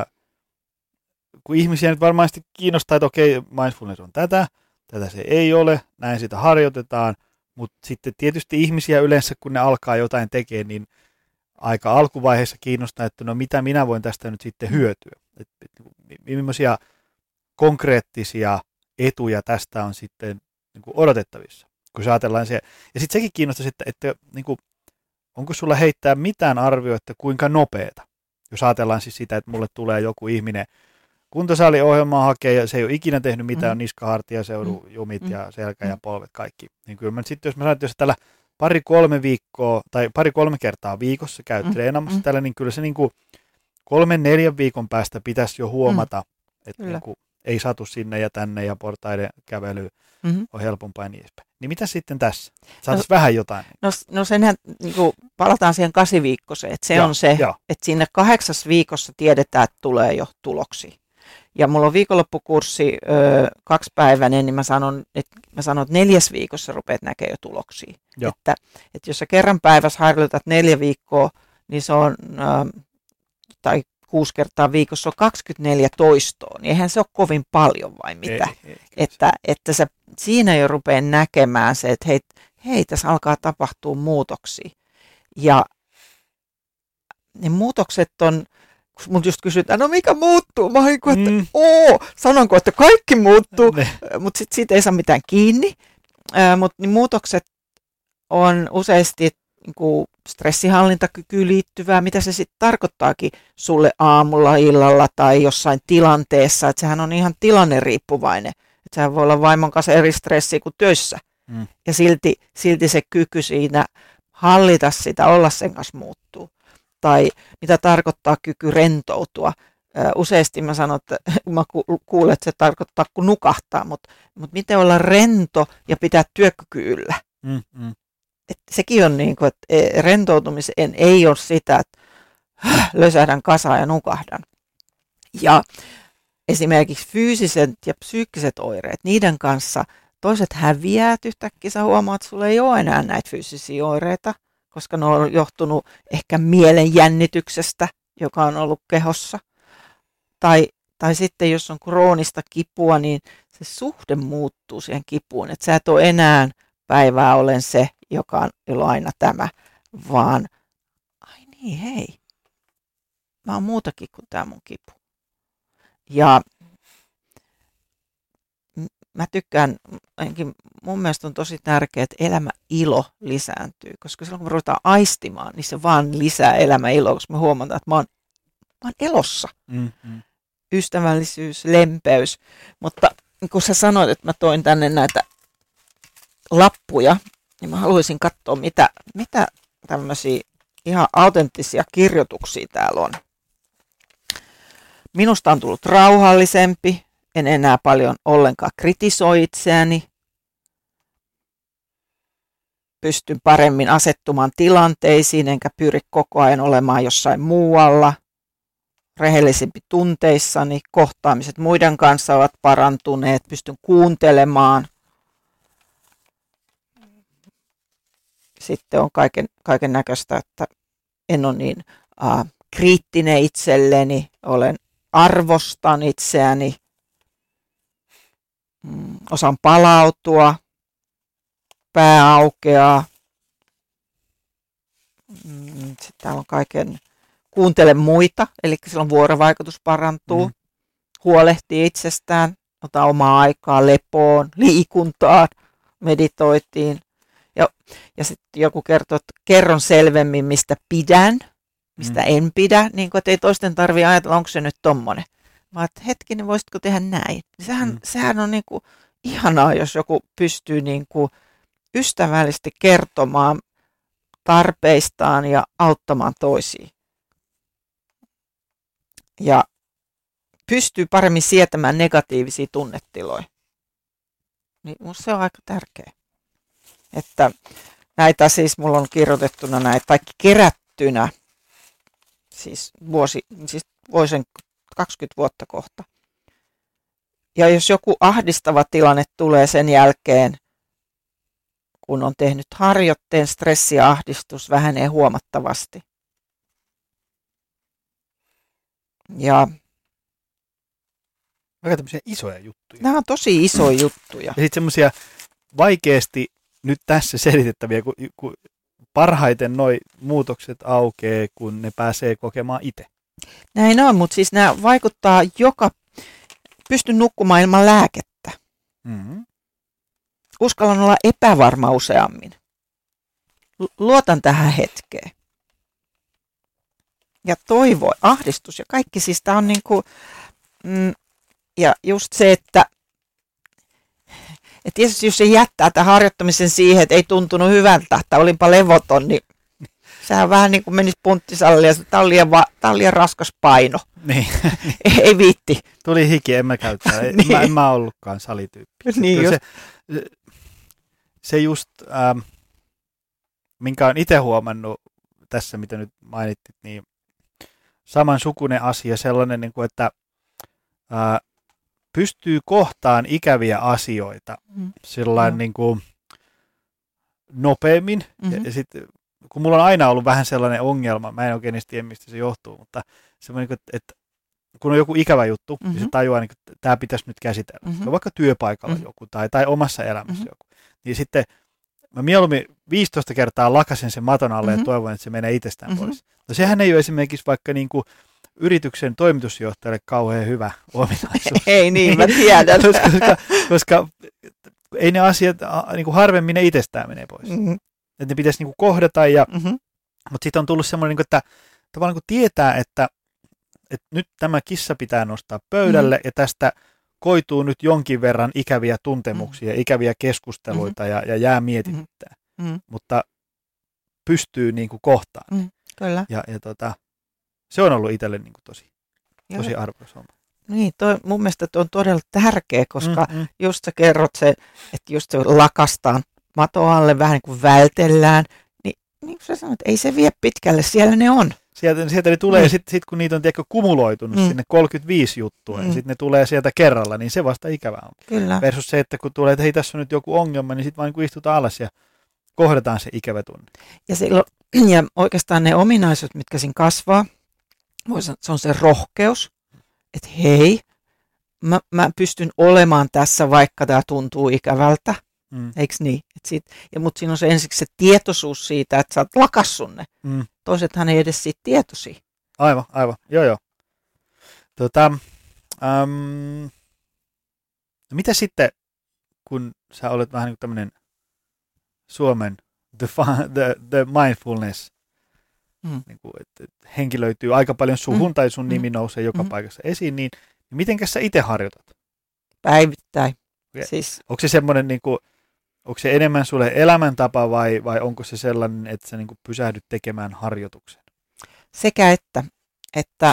kun ihmisiä nyt varmasti kiinnostaa, että okei, mindfulness on tätä se ei ole, näin sitä harjoitetaan, mutta sitten tietysti ihmisiä yleensä, kun ne alkaa jotain tekemään, niin aika alkuvaiheessa kiinnostaa, että no mitä minä voin tästä nyt sitten hyötyä. Millaisia konkreettisia etuja tästä on sitten niin kuin odotettavissa, kun se ajatellaan se. Ja sitten sekin kiinnostaisi, että niin kuin, onko sulla heittää mitään arvioita, kuinka nopeata, jos ajatellaan siis sitä, että mulle tulee joku ihminen kuntosaliohjelmaa hakee ja se ei ole ikinä tehnyt mitään, niskahartia, seudujumit ja selkä ja polvet kaikki. Niin kyllä sitten, jos mä sanon, että jos tällä 2-3 viikkoa tai 2-3 kertaa viikossa käy treenaamassa tällä, niin kyllä se niin kuin 3-4 viikon päästä pitäisi jo huomata, että niin kuin ei satu sinne ja tänne ja portaiden kävely on helpompaa ja niin edespäin. Niin mitä sitten tässä? Saataisiin vähän jotain. No senhän, niin kuin, palataan siihen 8-viikkoseen, että se on se, että siinä 8 viikossa tiedetään, että tulee jo tuloksia. Ja mulla on viikonloppukurssi 2-päiväinen, niin mä sanon, että 4 viikossa rupeat näkemään jo tuloksia. Että jos sä kerran päivässä harjoitat 4 viikkoa, niin se on, tai 6 kertaa viikossa on 24 toistoa, niin eihän se ole kovin paljon vai mitä. Ei, että sä siinä jo rupeaa näkemään se, että hei, tässä alkaa tapahtua muutoksia. Ja ne muutokset on, kun mut just kysytään, no mikä muuttuu? Mä oon että sanonko, että kaikki muuttuu, mutta sitten siitä ei saa mitään kiinni. Mutta niin muutokset on useasti niin stressihallintakykyyn liittyvää, mitä se sitten tarkoittaakin sulle aamulla, illalla tai jossain tilanteessa, että sehän on ihan tilanneriippuvainen, että sehän voi olla vaimon kanssa eri stressiä kuin töissä, ja silti se kyky siinä hallita sitä, olla sen kanssa muuttuu, tai mitä tarkoittaa kyky rentoutua. Useasti mä sanon, että mä kuulen, että se tarkoittaa kun nukahtaa, mutta miten olla rento ja pitää työkyky yllä. Että sekin on niin kuin, että rentoutumisen ei ole sitä, että lösähdän kasaan ja nukahdan. Ja esimerkiksi fyysiset ja psyykkiset oireet, niiden kanssa toiset häviää, että yhtäkkiä sä huomaat, että sulla ei ole enää näitä fyysisiä oireita, koska ne on johtunut ehkä mielen jännityksestä, joka on ollut kehossa. Tai sitten jos on kroonista kipua, niin se suhde muuttuu siihen kipuun, että sä et ole enää päivää olen se, joka on aina tämä, vaan ai niin, hei, mä oon muutakin kuin tämä mun kipu. Ja mä tykkään, ainakin mun mielestä on tosi tärkeää, että elämäilo lisääntyy, koska silloin kun me ruvetaan aistimaan, niin se vaan lisää elämäiloa, koska me huomataan, että mä oon elossa. Ystävällisyys, lempeys, mutta kun sä sanoit, että mä toin tänne näitä lappuja, niin mä haluaisin katsoa, mitä tämmöisiä ihan autenttisia kirjoituksia täällä on. Minusta on tullut rauhallisempi, en enää paljon ollenkaan kritisoi itseäni, pystyn paremmin asettumaan tilanteisiin, enkä pyri koko ajan olemaan jossain muualla, rehellisempi tunteissani, kohtaamiset muiden kanssa ovat parantuneet, pystyn kuuntelemaan. Sitten on kaiken näköistä, että en ole niin kriittinen itselleni, arvostan itseäni, osaan palautua, pää aukeaa. Sitten täällä on kuuntele muita, eli silloin vuorovaikutus parantuu, huolehtii itsestään, ota omaa aikaa lepoon, liikuntaan, meditoitiin. Ja sitten joku kertoo, että kerron selvemmin, mistä pidän, mistä en pidä, niin kuin, että ei toisten tarvitse ajatella, onko se nyt tommonen. Vaan että hetkinen, voisitko tehdä näin? Sehän on niin kuin ihanaa, jos joku pystyy niin kuin ystävällisesti kertomaan tarpeistaan ja auttamaan toisia. Ja pystyy paremmin sietämään negatiivisia tunnetiloja. Niin musta se on aika tärkeä. Että näitä siis mulla on kirjoitettuna näitä, tai kerättynä, siis vuosien 20 vuotta kohta. Ja jos joku ahdistava tilanne tulee sen jälkeen, kun on tehnyt harjoitteen, stressi ja ahdistus vähenee huomattavasti. Ja aika tämmöisiä isoja juttuja. nämä on tosi isoja juttuja. Ja sitten semmoisia vaikeasti nyt tässä selitettäviä, kun parhaiten noi muutokset aukeaa, kun ne pääsee kokemaan itse. Näin on, mutta siis nämä vaikuttaa pystyn nukkumaan ilman lääkettä. Uskallan olla epävarma useammin. Luotan tähän hetkeen. Ja toivo, ahdistus ja kaikki, siis tämä on niin kuin, ja just se, että tietysti jos se jättää tämän harjoittamisen siihen, että ei tuntunut hyvältä, että olinpa levoton, niin sehän vähän niin kuin menisi punttisalille ja tämä on liian raskas paino. Niin. Ei viitti. Tuli hiki, en mä käyttää. Niin. En mä ollutkaan salityyppi. Niin se just, minkä olen itse huomannut tässä, mitä nyt mainittit, niin samansukuinen asia, sellainen, niin kuin, että pystyy kohtaan ikäviä asioita sillain niin kuin nopeammin. Ja sitten, kun mulla on aina ollut vähän sellainen ongelma, mä en oikein tiedä, mistä se johtuu, mutta semmoinen, että kun on joku ikävä juttu, niin se tajuaa, että tämä pitäisi nyt käsitellä. Se on vaikka työpaikalla joku tai omassa elämässä joku. Niin sitten mä mieluummin 15 kertaa lakasen sen maton alle ja toivon, että se menee itsestään pois. No sehän ei ole esimerkiksi vaikka niin kuin yrityksen toimitusjohtajalle kauhean hyvä ominaisuus. Ei niin, mä tiedän. koska ei ne asiat, niin kuin harvemmin ne itsestään menee pois. Että ne pitäisi niin kuin kohdata, mutta sitten on tullut semmoinen, että tavallaan kun tietää, että nyt tämä kissa pitää nostaa pöydälle ja tästä koituu nyt jonkin verran ikäviä tuntemuksia, ikäviä keskusteluita ja jää mietityttää. Mutta pystyy niin kuin kohtaamaan. Kyllä. Ja se on ollut itselle niin kuin tosi arvokas homma. Niin, mun mielestä on todella tärkeä, koska just sä kerrot se, että just se lakastaan maton alle, vähän niin kuin vältellään, niin kuin sä sanoit, ei se vie pitkälle, siellä ne on. Sieltä ne tulee, sit kun niitä on kumuloitunut sinne 35 juttua, ja sitten ne tulee sieltä kerralla, niin se vasta ikävää on. Kyllä. Versus se, että kun tulee, että hei, tässä on nyt joku ongelma, niin sitten vaan niin istutaan alas ja kohdataan se ikävä tunne. Ja oikeastaan ne ominaisuudet, mitkä siinä kasvaa, se on se rohkeus, että hei, mä pystyn olemaan tässä, vaikka tämä tuntuu ikävältä. Eikö niin? Mutta siinä on se ensiksi se tietoisuus siitä, että sä oot lakassut ne. Toisethan ei edes siitä tietoisia. Aivan. Joo. Mitä sitten, kun sä olet vähän niin kuin tämmöinen Suomen the mindfulness, niin kuin, että henkilöityy aika paljon suhun tai sun nimi nousee joka paikassa esiin, niin mitenkäs sä itse harjoitat? Päivittäin. Siis. Onko se semmoinen, niin kuin, onko se enemmän sulle elämäntapa vai onko se sellainen, että sä niin kuin pysähdyt tekemään harjoituksen? Sekä että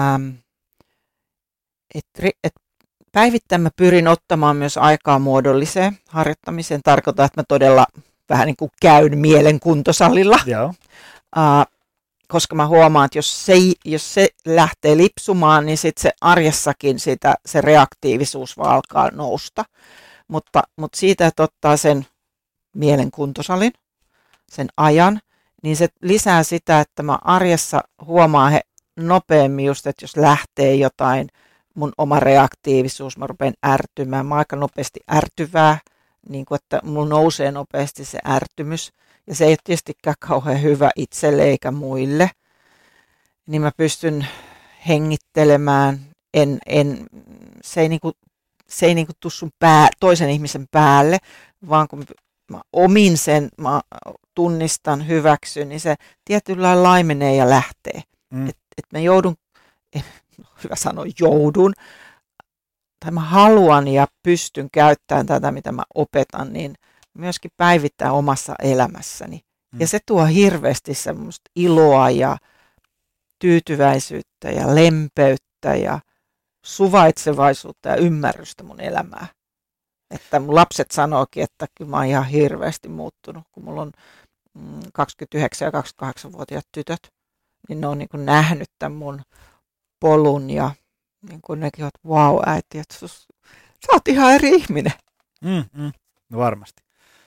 päivittäin mä pyrin ottamaan myös aikaa muodolliseen harjoittamiseen. Tarkoittaa, että mä todella vähän niin kuin käyn mielenkuntosalilla. Joo. Koska mä huomaan, että jos se lähtee lipsumaan, niin sitten se arjessakin se reaktiivisuus vaan alkaa nousta. Mutta siitä, että ottaa sen mielenkuntosalin, sen ajan, niin se lisää sitä, että mä arjessa huomaan nopeammin just, että jos lähtee jotain, mun oma reaktiivisuus, mä rupean ärtymään, mä aika nopeasti ärtyvää, niin kuin että mulla nousee nopeasti se ärtymys. Ja se ei ole tietystikään kauhean hyvä itselle eikä muille, niin mä pystyn hengittelemään, se ei niinku tuu sun toisen ihmisen päälle, vaan kun mä omin sen, mä tunnistan, hyväksyn, niin se tietyllä lailla laimenee ja lähtee. Et mä hyvä sanoa joudun, tai mä haluan ja pystyn käyttämään tätä, mitä mä opetan, niin myöskin päivittää omassa elämässäni. Ja se tuo hirveästi semmoista iloa ja tyytyväisyyttä ja lempeyttä ja suvaitsevaisuutta ja ymmärrystä mun elämää. Että mun lapset sanookin, että kyllä mä oon ihan hirveästi muuttunut, kun mulla on 29- ja 28-vuotiaat tytöt, niin ne on niin kuin nähnyt tämän mun polun ja niin kuin nekin ovat, vau äiti, että sä oot ihan eri ihminen. No varmasti.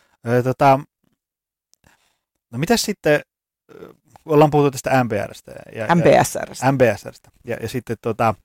No mitäs sitten, ollaan puhuttu tästä MBSR:stä. MBSR:stä. Ja sitten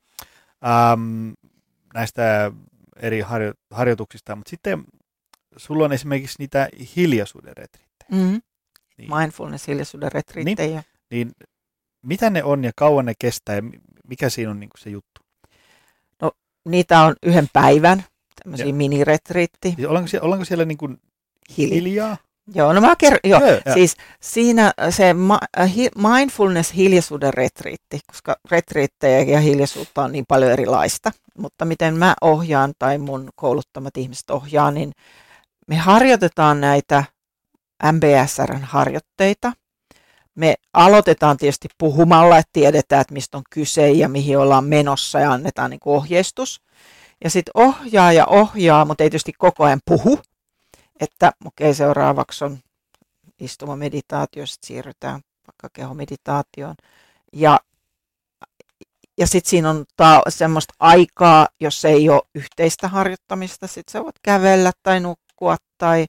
näistä eri harjoituksista, mutta sitten sulla on esimerkiksi niitä hiljaisuuden retriittejä. Niin. Mindfulness-hiljaisuuden retriittejä. Niin mitä ne on ja kauan ne kestää ja mikä siinä on niin kuin se juttu? No niitä on 1 päivän, tämmöisiä miniretriitti. Ollaanko siellä niin kuin hiljaa? Joo, no siis siinä se mindfulness-hiljaisuuden retriitti, koska retriittejä ja hiljaisuutta on niin paljon erilaista, mutta miten mä ohjaan tai mun kouluttamat ihmiset ohjaa, niin me harjoitetaan näitä MBSR:n harjoitteita. Me aloitetaan tietysti puhumalla, että tiedetään, että mistä on kyse ja mihin ollaan menossa ja annetaan niin kuin ohjeistus. Ja sitten ohjaa, mutta ei tietysti koko ajan puhu. Että seuraavaksi on istumameditaatio, sitten siirrytään vaikka kehomeditaatioon. Ja sitten siinä on semmoista aikaa, jos ei ole yhteistä harjoittamista, sitten sä voit kävellä tai nukkua tai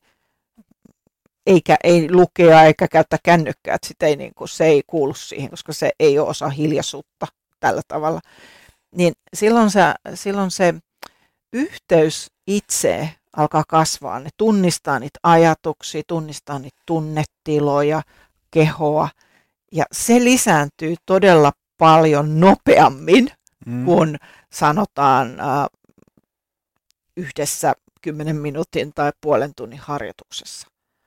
ei lukea eikä käyttää kännykkää, että se ei kuulu siihen, koska se ei ole osa hiljaisuutta tällä tavalla. Niin silloin se yhteys itseen alkaa kasvaa. Ne tunnistaa niitä ajatuksia, tunnistaa niitä tunnetiloja, kehoa. Ja se lisääntyy todella paljon nopeammin kuin sanotaan yhdessä 10 minuutin tai puolen tunnin harjoituksessa.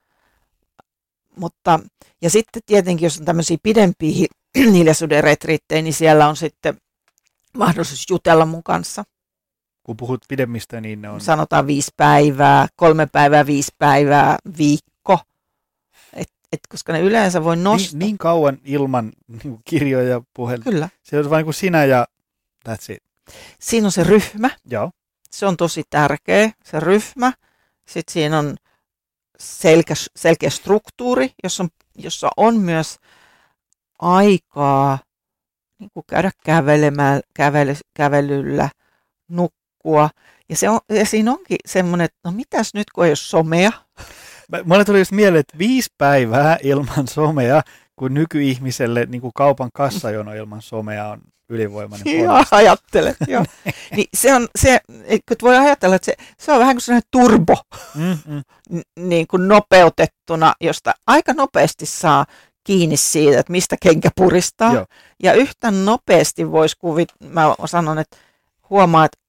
Ja sitten tietenkin, jos on tämmöisiä pidempiä hiljaisuuden retriittejä, niin siellä on sitten mahdollisuus jutella mun kanssa. Kun puhut pidemmistä, niin ne on... Sanotaan 5 päivää, 3 päivää, 5 päivää, viikko. Koska ne yleensä voi nostaa. Niin kauan ilman kirjoja ja puhelinta. Kyllä. Se on vain niin kuin sinä ja that's it. Siinä on se ryhmä. Joo. Se on tosi tärkeä, se ryhmä. Sitten siinä on selkeä struktuuri, jossa on myös aikaa niin kuin käydä kävelyllä, nukkua. Ja siinä onkin semmoinen, että no mitäs nyt kun ei ole somea. Mulle tuli just mieleen, että 5 päivää ilman somea, kun nykyihmiselle niin kuin kaupan kassajono ilman somea on ylivoimainen. Joo, ajattele. Joo. Niin kun voi ajatella, että se on vähän kuin sellainen turbo niin kuin nopeutettuna, josta aika nopeasti saa kiinni siitä, että mistä kenkä puristaa. Joo. Ja yhtä nopeasti voisi mä sanon, että huomaa, että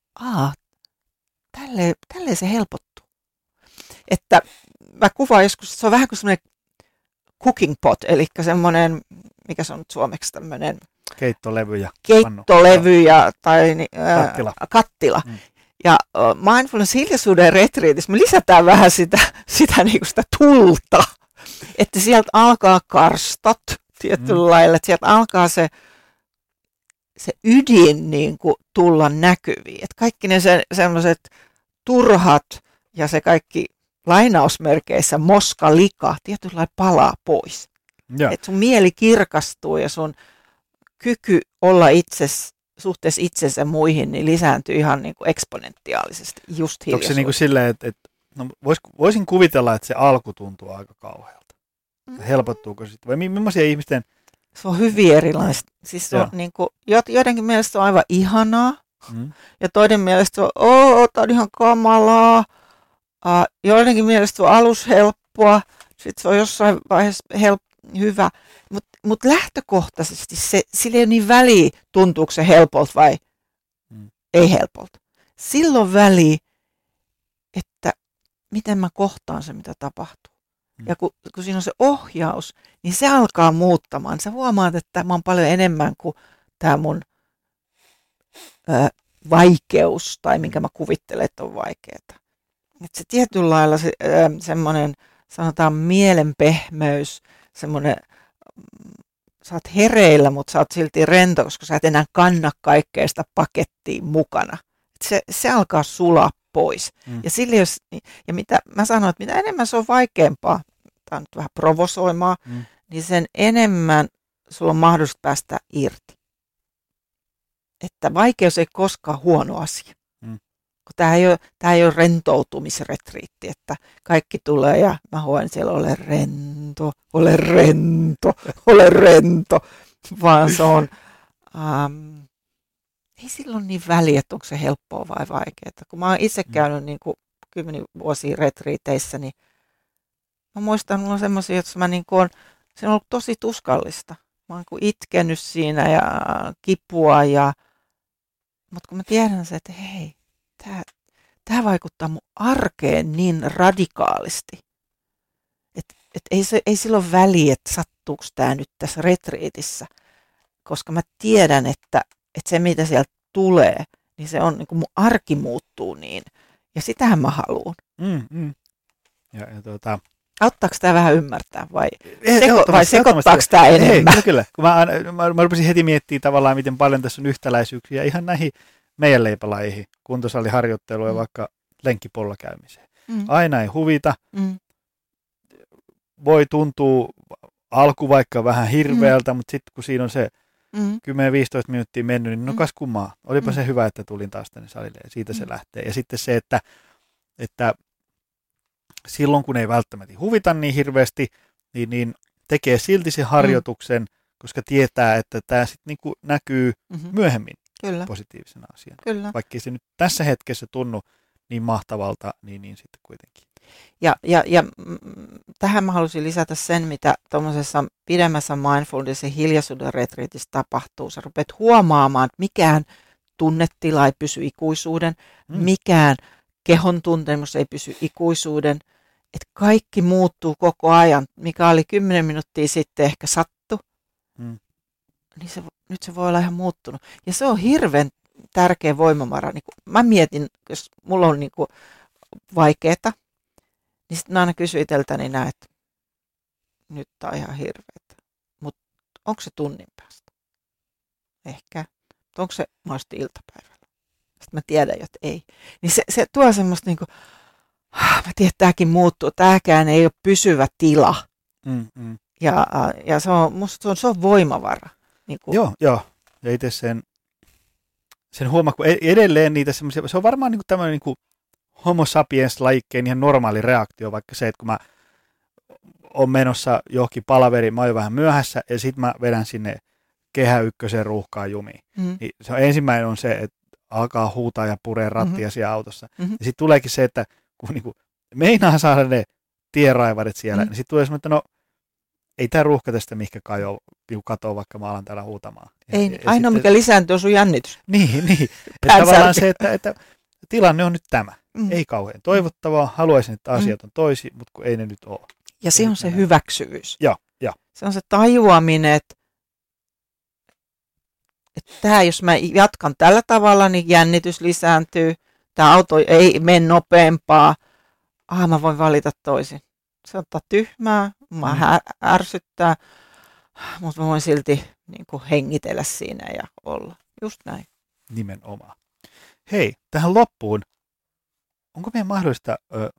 tälleen se helpottuu. Että mä kuvaan joskus, että se on vähän kuin semmoinen cooking pot, eli semmoinen, mikä se on nyt suomeksi tämmöinen Keittolevy tai kattila. Ja mindfulness-hiljaisuuden retriitissä me lisätään vähän sitä tulta, että sieltä alkaa karstat tietyllä lailla, että sieltä alkaa se ydin niin kuin tulla näkyviin. Että kaikki ne sellaiset turhat ja se kaikki lainausmerkeissä moskalika tietyllä lailla palaa pois. Että sun mieli kirkastuu ja sun kyky olla suhteessa itsensä muihin niin lisääntyy ihan niin kuin eksponentiaalisesti just hiljaisuudessa. Onko se niin kuin silleen, että no voisin kuvitella, että se alku tuntuu aika kauhealta. Helpottuuko sitten? Vai millaisia ihmisten... Se on hyvin erilaista. Siis se on niin kuin, joidenkin mielestä se on aivan ihanaa. Ja toinen mielestä se on, tää on ihan kamalaa. Joidenkin mielestä se on alus helppoa. Sitten se on jossain vaiheessa hyvä. Mutta lähtökohtaisesti sillä ei ole niin väliä, tuntuuko se helpolta vai ei helpolta. Silloin väliä, että miten mä kohtaan se, mitä tapahtuu. Ja kun siinä on se ohjaus, niin se alkaa muuttamaan. Sä huomaat, että mä oon paljon enemmän kuin tämä mun vaikeus, tai minkä mä kuvittelen, että on vaikeaa. Että se tietyllä lailla semmoinen, sanotaan mielenpehmeys, semmoinen, sä oot hereillä, mutta sä oot silti rento, koska sä et enää kanna kaikkea sitä pakettia mukana. Se alkaa sulaa pois. Ja mitä mä sanoin, että mitä enemmän se on vaikeampaa, tämä on nyt vähän provosoimaa, niin sen enemmän sulla on mahdollista päästä irti. Että vaikeus ei koskaan huono asia. Tämä ei ole rentoutumisretriitti, että kaikki tulee ja mä hoen siellä ole rento, vaan se on, ei silloin niin väliä, että onko se helppoa vai vaikeaa. Kun mä oon itse käynyt niin kuin 10 vuosia retriiteissä, niin mä muistan, mulla on semmoisia, että se on ollut tosi tuskallista. Mä oon itkenyt siinä ja kipua, mutta kun mä tiedän se, että hei, tämä vaikuttaa mun arkeen niin radikaalisti, että ei silloin väliä, että sattuuko tämä nyt tässä retriitissä, koska mä tiedän, että se mitä sieltä tulee, niin se on niin kuin mun arki muuttuu niin, ja sitähän mä haluan. Auttaako tämä vähän ymmärtää vai sekoittaako tämä enemmän? Kyllä. Kun mä rupesin heti miettimään tavallaan, miten paljon tässä on yhtäläisyyksiä ihan näihin meidän leipälajeihin, kuntosaliharjoitteluun ja vaikka lenkkipolla käymiseen. Aina ei huvita. Voi tuntua alku vaikka vähän hirveältä, mutta sitten kun siinä on se 10-15 minuuttia mennyt, niin no kas kummaa. Olipa se hyvä, että tulin taas tänne salille ja siitä se lähtee. Ja sitten se, että silloin kun ei välttämättä huvita niin hirveästi, niin tekee silti sen harjoituksen, koska tietää, että tämä sitten niinku näkyy myöhemmin Kyllä, positiivisena asiana. kyllä. Vaikka se nyt tässä hetkessä tunnu niin mahtavalta, niin sitten kuitenkin. Tähän mä halusin lisätä sen, mitä tuommoisessa pidemmässä mindfulness- ja hiljaisuuden retriitissä tapahtuu. Sä rupeat huomaamaan, että mikään tunnetila ei pysy ikuisuuden, mikään kehon tuntemus ei pysy ikuisuuden, että kaikki muuttuu koko ajan, mikä oli 10 minuuttia sitten ehkä sattu, niin nyt se voi olla ihan muuttunut. Ja se on hirveän tärkeä voimavara. Niin mä mietin, jos mulla on niin vaikeeta, niin sitten mä aina kysyn itseltäni näin, että nyt tää on ihan hirveetä. Mutta onko se tunnin päästä? Ehkä. Onko se mahdollisesti iltapäivällä? Sitten mä tiedän, että ei. Niin se tuo semmoista niin kuin, mä tiedän, että tämäkin muuttuu. Tämäkään ei ole pysyvä tila. Ja se on, musta se on voimavara. Niin kuin. Joo. Ja itse sen huomaa, kun edelleen niitä semmoisia, se on varmaan niin kuin tämmöinen niin kuin homo sapiens-lajikkeen ihan normaali reaktio, vaikka se, että kun mä oon menossa johonkin palaveriin, mä oon jo vähän myöhässä, ja sitten mä vedän sinne Kehä Ykkösen ruuhkaan jumiin. Niin se on, ensimmäinen on se, että alkaa huutaa ja puree rattia siellä autossa. Ja sitten tuleekin se, että kun niinku meinaa saada ne tienraivarit siellä, niin sitten tulee semmoinen, että no ei tämä ruuhka tästä mihinkä katoa, vaikka mä alan täällä huutamaan. Ei, ainoa mikä lisääntyy on sun jännitys. Niin. Että tavallaan se, että tilanne on nyt tämä. Ei kauhean toivottavaa, haluaisin, että asiat on toisi, mutta kun ei ne nyt ole. Ja se on se hyväksyvyys. Joo. Se on se tajuaminen, että tämä, jos mä jatkan tällä tavalla, niin jännitys lisääntyy. Tämä auto ei mene nopeampaa. Mä voin valita toisin. Se on tyhmää, mä ärsyttää, mutta mä voin silti niin kuin hengitellä siinä ja olla. Just näin. Nimenomaan. Hei, tähän loppuun. Onko meidän mahdollista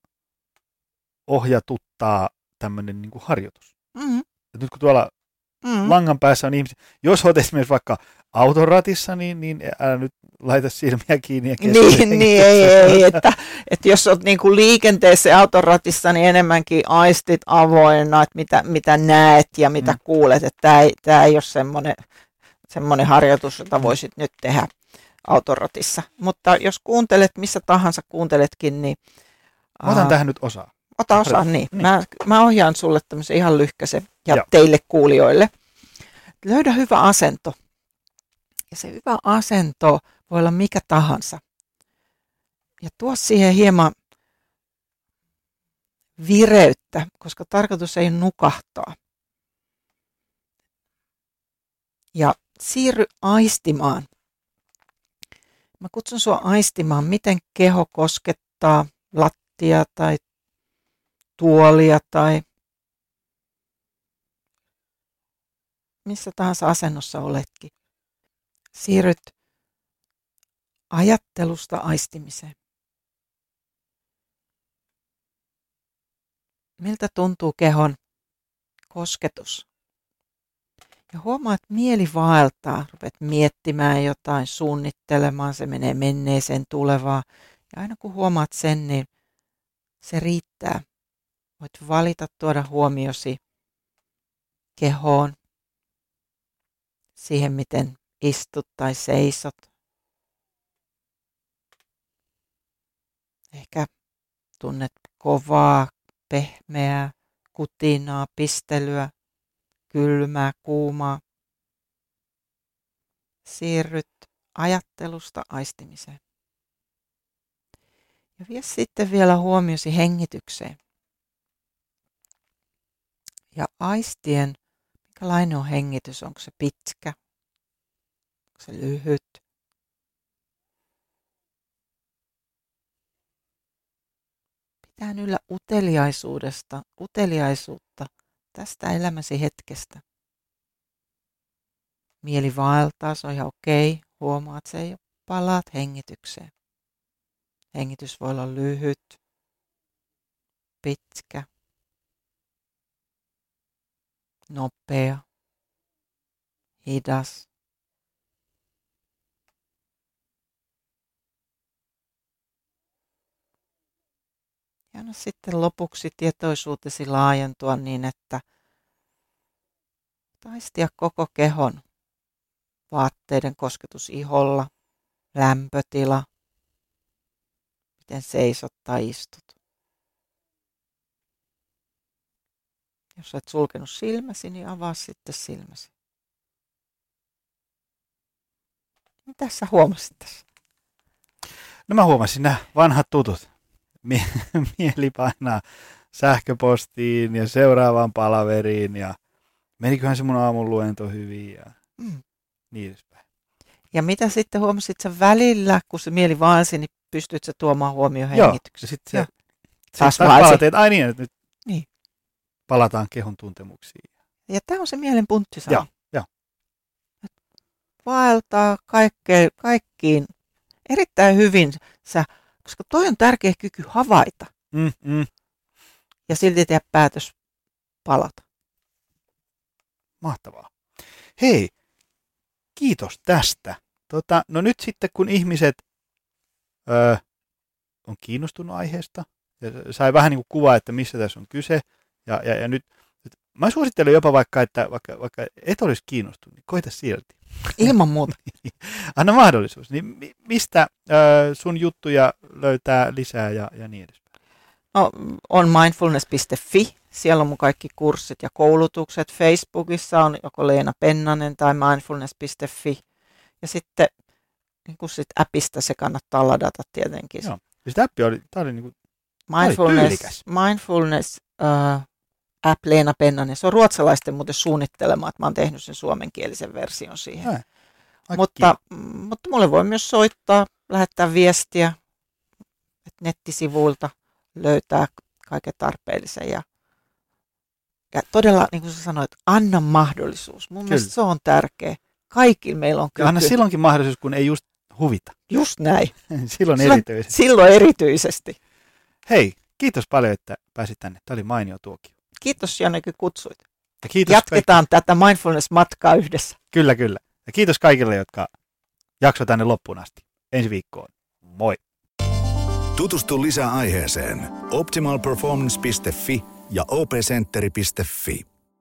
ohjatuttaa tämmöinen niin kuin harjoitus? Ja nyt kun tuolla langan päässä on ihmisiä, jos olet esimerkiksi vaikka autoratissa, niin älä nyt laita silmiä kiinni ja ei, että jos olet niin kuin liikenteessä ja autoratissa, niin enemmänkin aistit avoinna, että mitä näet ja mitä kuulet, että tämä ei ole semmoinen harjoitus, jota voisit nyt tehdä autoratissa. Mutta jos kuuntelet, missä tahansa kuunteletkin, niin otan tähän nyt osaa. Ota osaa, niin. Mä ohjaan sulle tämmöisen ihan lyhkäisen ja teille kuulijoille. Löydä hyvä asento. Ja se hyvä asento voi olla mikä tahansa. Ja tuo siihen hieman vireyttä, koska tarkoitus ei nukahtaa. Ja siirry aistimaan. Mä kutsun sua aistimaan, miten keho koskettaa lattia tai tuolia tai missä tahansa asennossa oletkin. Siirryt ajattelusta aistimiseen. Miltä tuntuu kehon kosketus? Ja huomaat, että mieli vaeltaa, rupeat miettimään jotain, suunnittelemaan, se menee menneeseen tulevaan. Ja aina kun huomaat sen, niin se riittää. Voit valita tuoda huomiosi kehoon, siihen miten istut tai seisot. Ehkä tunnet kovaa, pehmeää, kutinaa, pistelyä, kylmää, kuumaa. Siirryt ajattelusta aistimiseen. Ja vie sitten vielä huomiosi hengitykseen. Ja aistien, minkälainen on hengitys, onko se pitkä, onko se lyhyt. Pitää yllä uteliaisuutta tästä elämäsi hetkestä. Mieli vaeltaa, se on ihan okei. Huomaat se ja palaat hengitykseen. Hengitys voi olla lyhyt, pitkä, nopea, hidas. Ja anna sitten lopuksi tietoisuutesi laajentua niin, että Taistia koko kehon. Vaatteiden kosketus iholla, lämpötila, miten seisot tai istut. Jos olet sulkenut silmäsi, niin avaa sitten silmäsi. Mitä sä huomasit tässä? No mä huomasin nämä vanhat tutut. Mieli painaa sähköpostiin ja seuraavaan palaveriin ja meniköhän se mun aamun luento hyvin ja niin edespäin. Ja mitä sitten huomasit sä välillä, kun se mieli vaelsi, niin pystyit sä tuomaan huomioon hengitykseen? Joo, sitten se taas palataan, että ai niin, että nyt niin. Palataan kehon tuntemuksiin. Ja tämä on se mielen punttisana. Joo. Vaeltaa kaikkiin erittäin hyvin, koska toi on tärkeä kyky havaita. Ja silti tehdä päätös palata. Mahtavaa. Hei, kiitos tästä. No nyt sitten kun ihmiset on kiinnostunut aiheesta, ja sai vähän niin kuin kuvaa, että missä tässä on kyse, ja nyt mä suosittelen jopa vaikka, että vaikka et olisi kiinnostunut, niin koita silti. Ilman muuta. Anna mahdollisuus. Niin mistä sun juttuja löytää lisää ja niin edespäin? No, on mindfulness.fi. Siellä on mun kaikki kurssit ja koulutukset. Facebookissa on joko Leena Pennanen tai mindfulness.fi. Ja sitten niin kuin sit appista se kannattaa ladata tietenkin. Joo. Ja sitä appi oli niin kuin Mindfulness app Leena Pennanen. Se on ruotsalaisten muuten suunnittelema, että mä oon tehnyt sen suomenkielisen version siihen. Mutta mulle voi myös soittaa, lähettää viestiä, että nettisivuilta löytää kaiken tarpeellisen. Ja todella, niin kuin sä sanoit, anna mahdollisuus. Mun mielestä se on tärkeä. Kaikilla meillä on kyky. Ja anna silloinkin mahdollisuus, kun ei just huvita. Just näin. Silloin erityisesti. Hei, kiitos paljon, että pääsit tänne. Tämä oli mainio tuokio. Kiitos, Janne, kun kutsuit. Ja kiitos jatketaan tätä mindfulness-matkaa yhdessä. Kyllä. Ja kiitos kaikille, jotka jaksoivat tänne loppuun asti. Ensi viikkoon. Moi. Tutustu lisää aiheeseen optimalperformance.fi ja opcenteri.fi.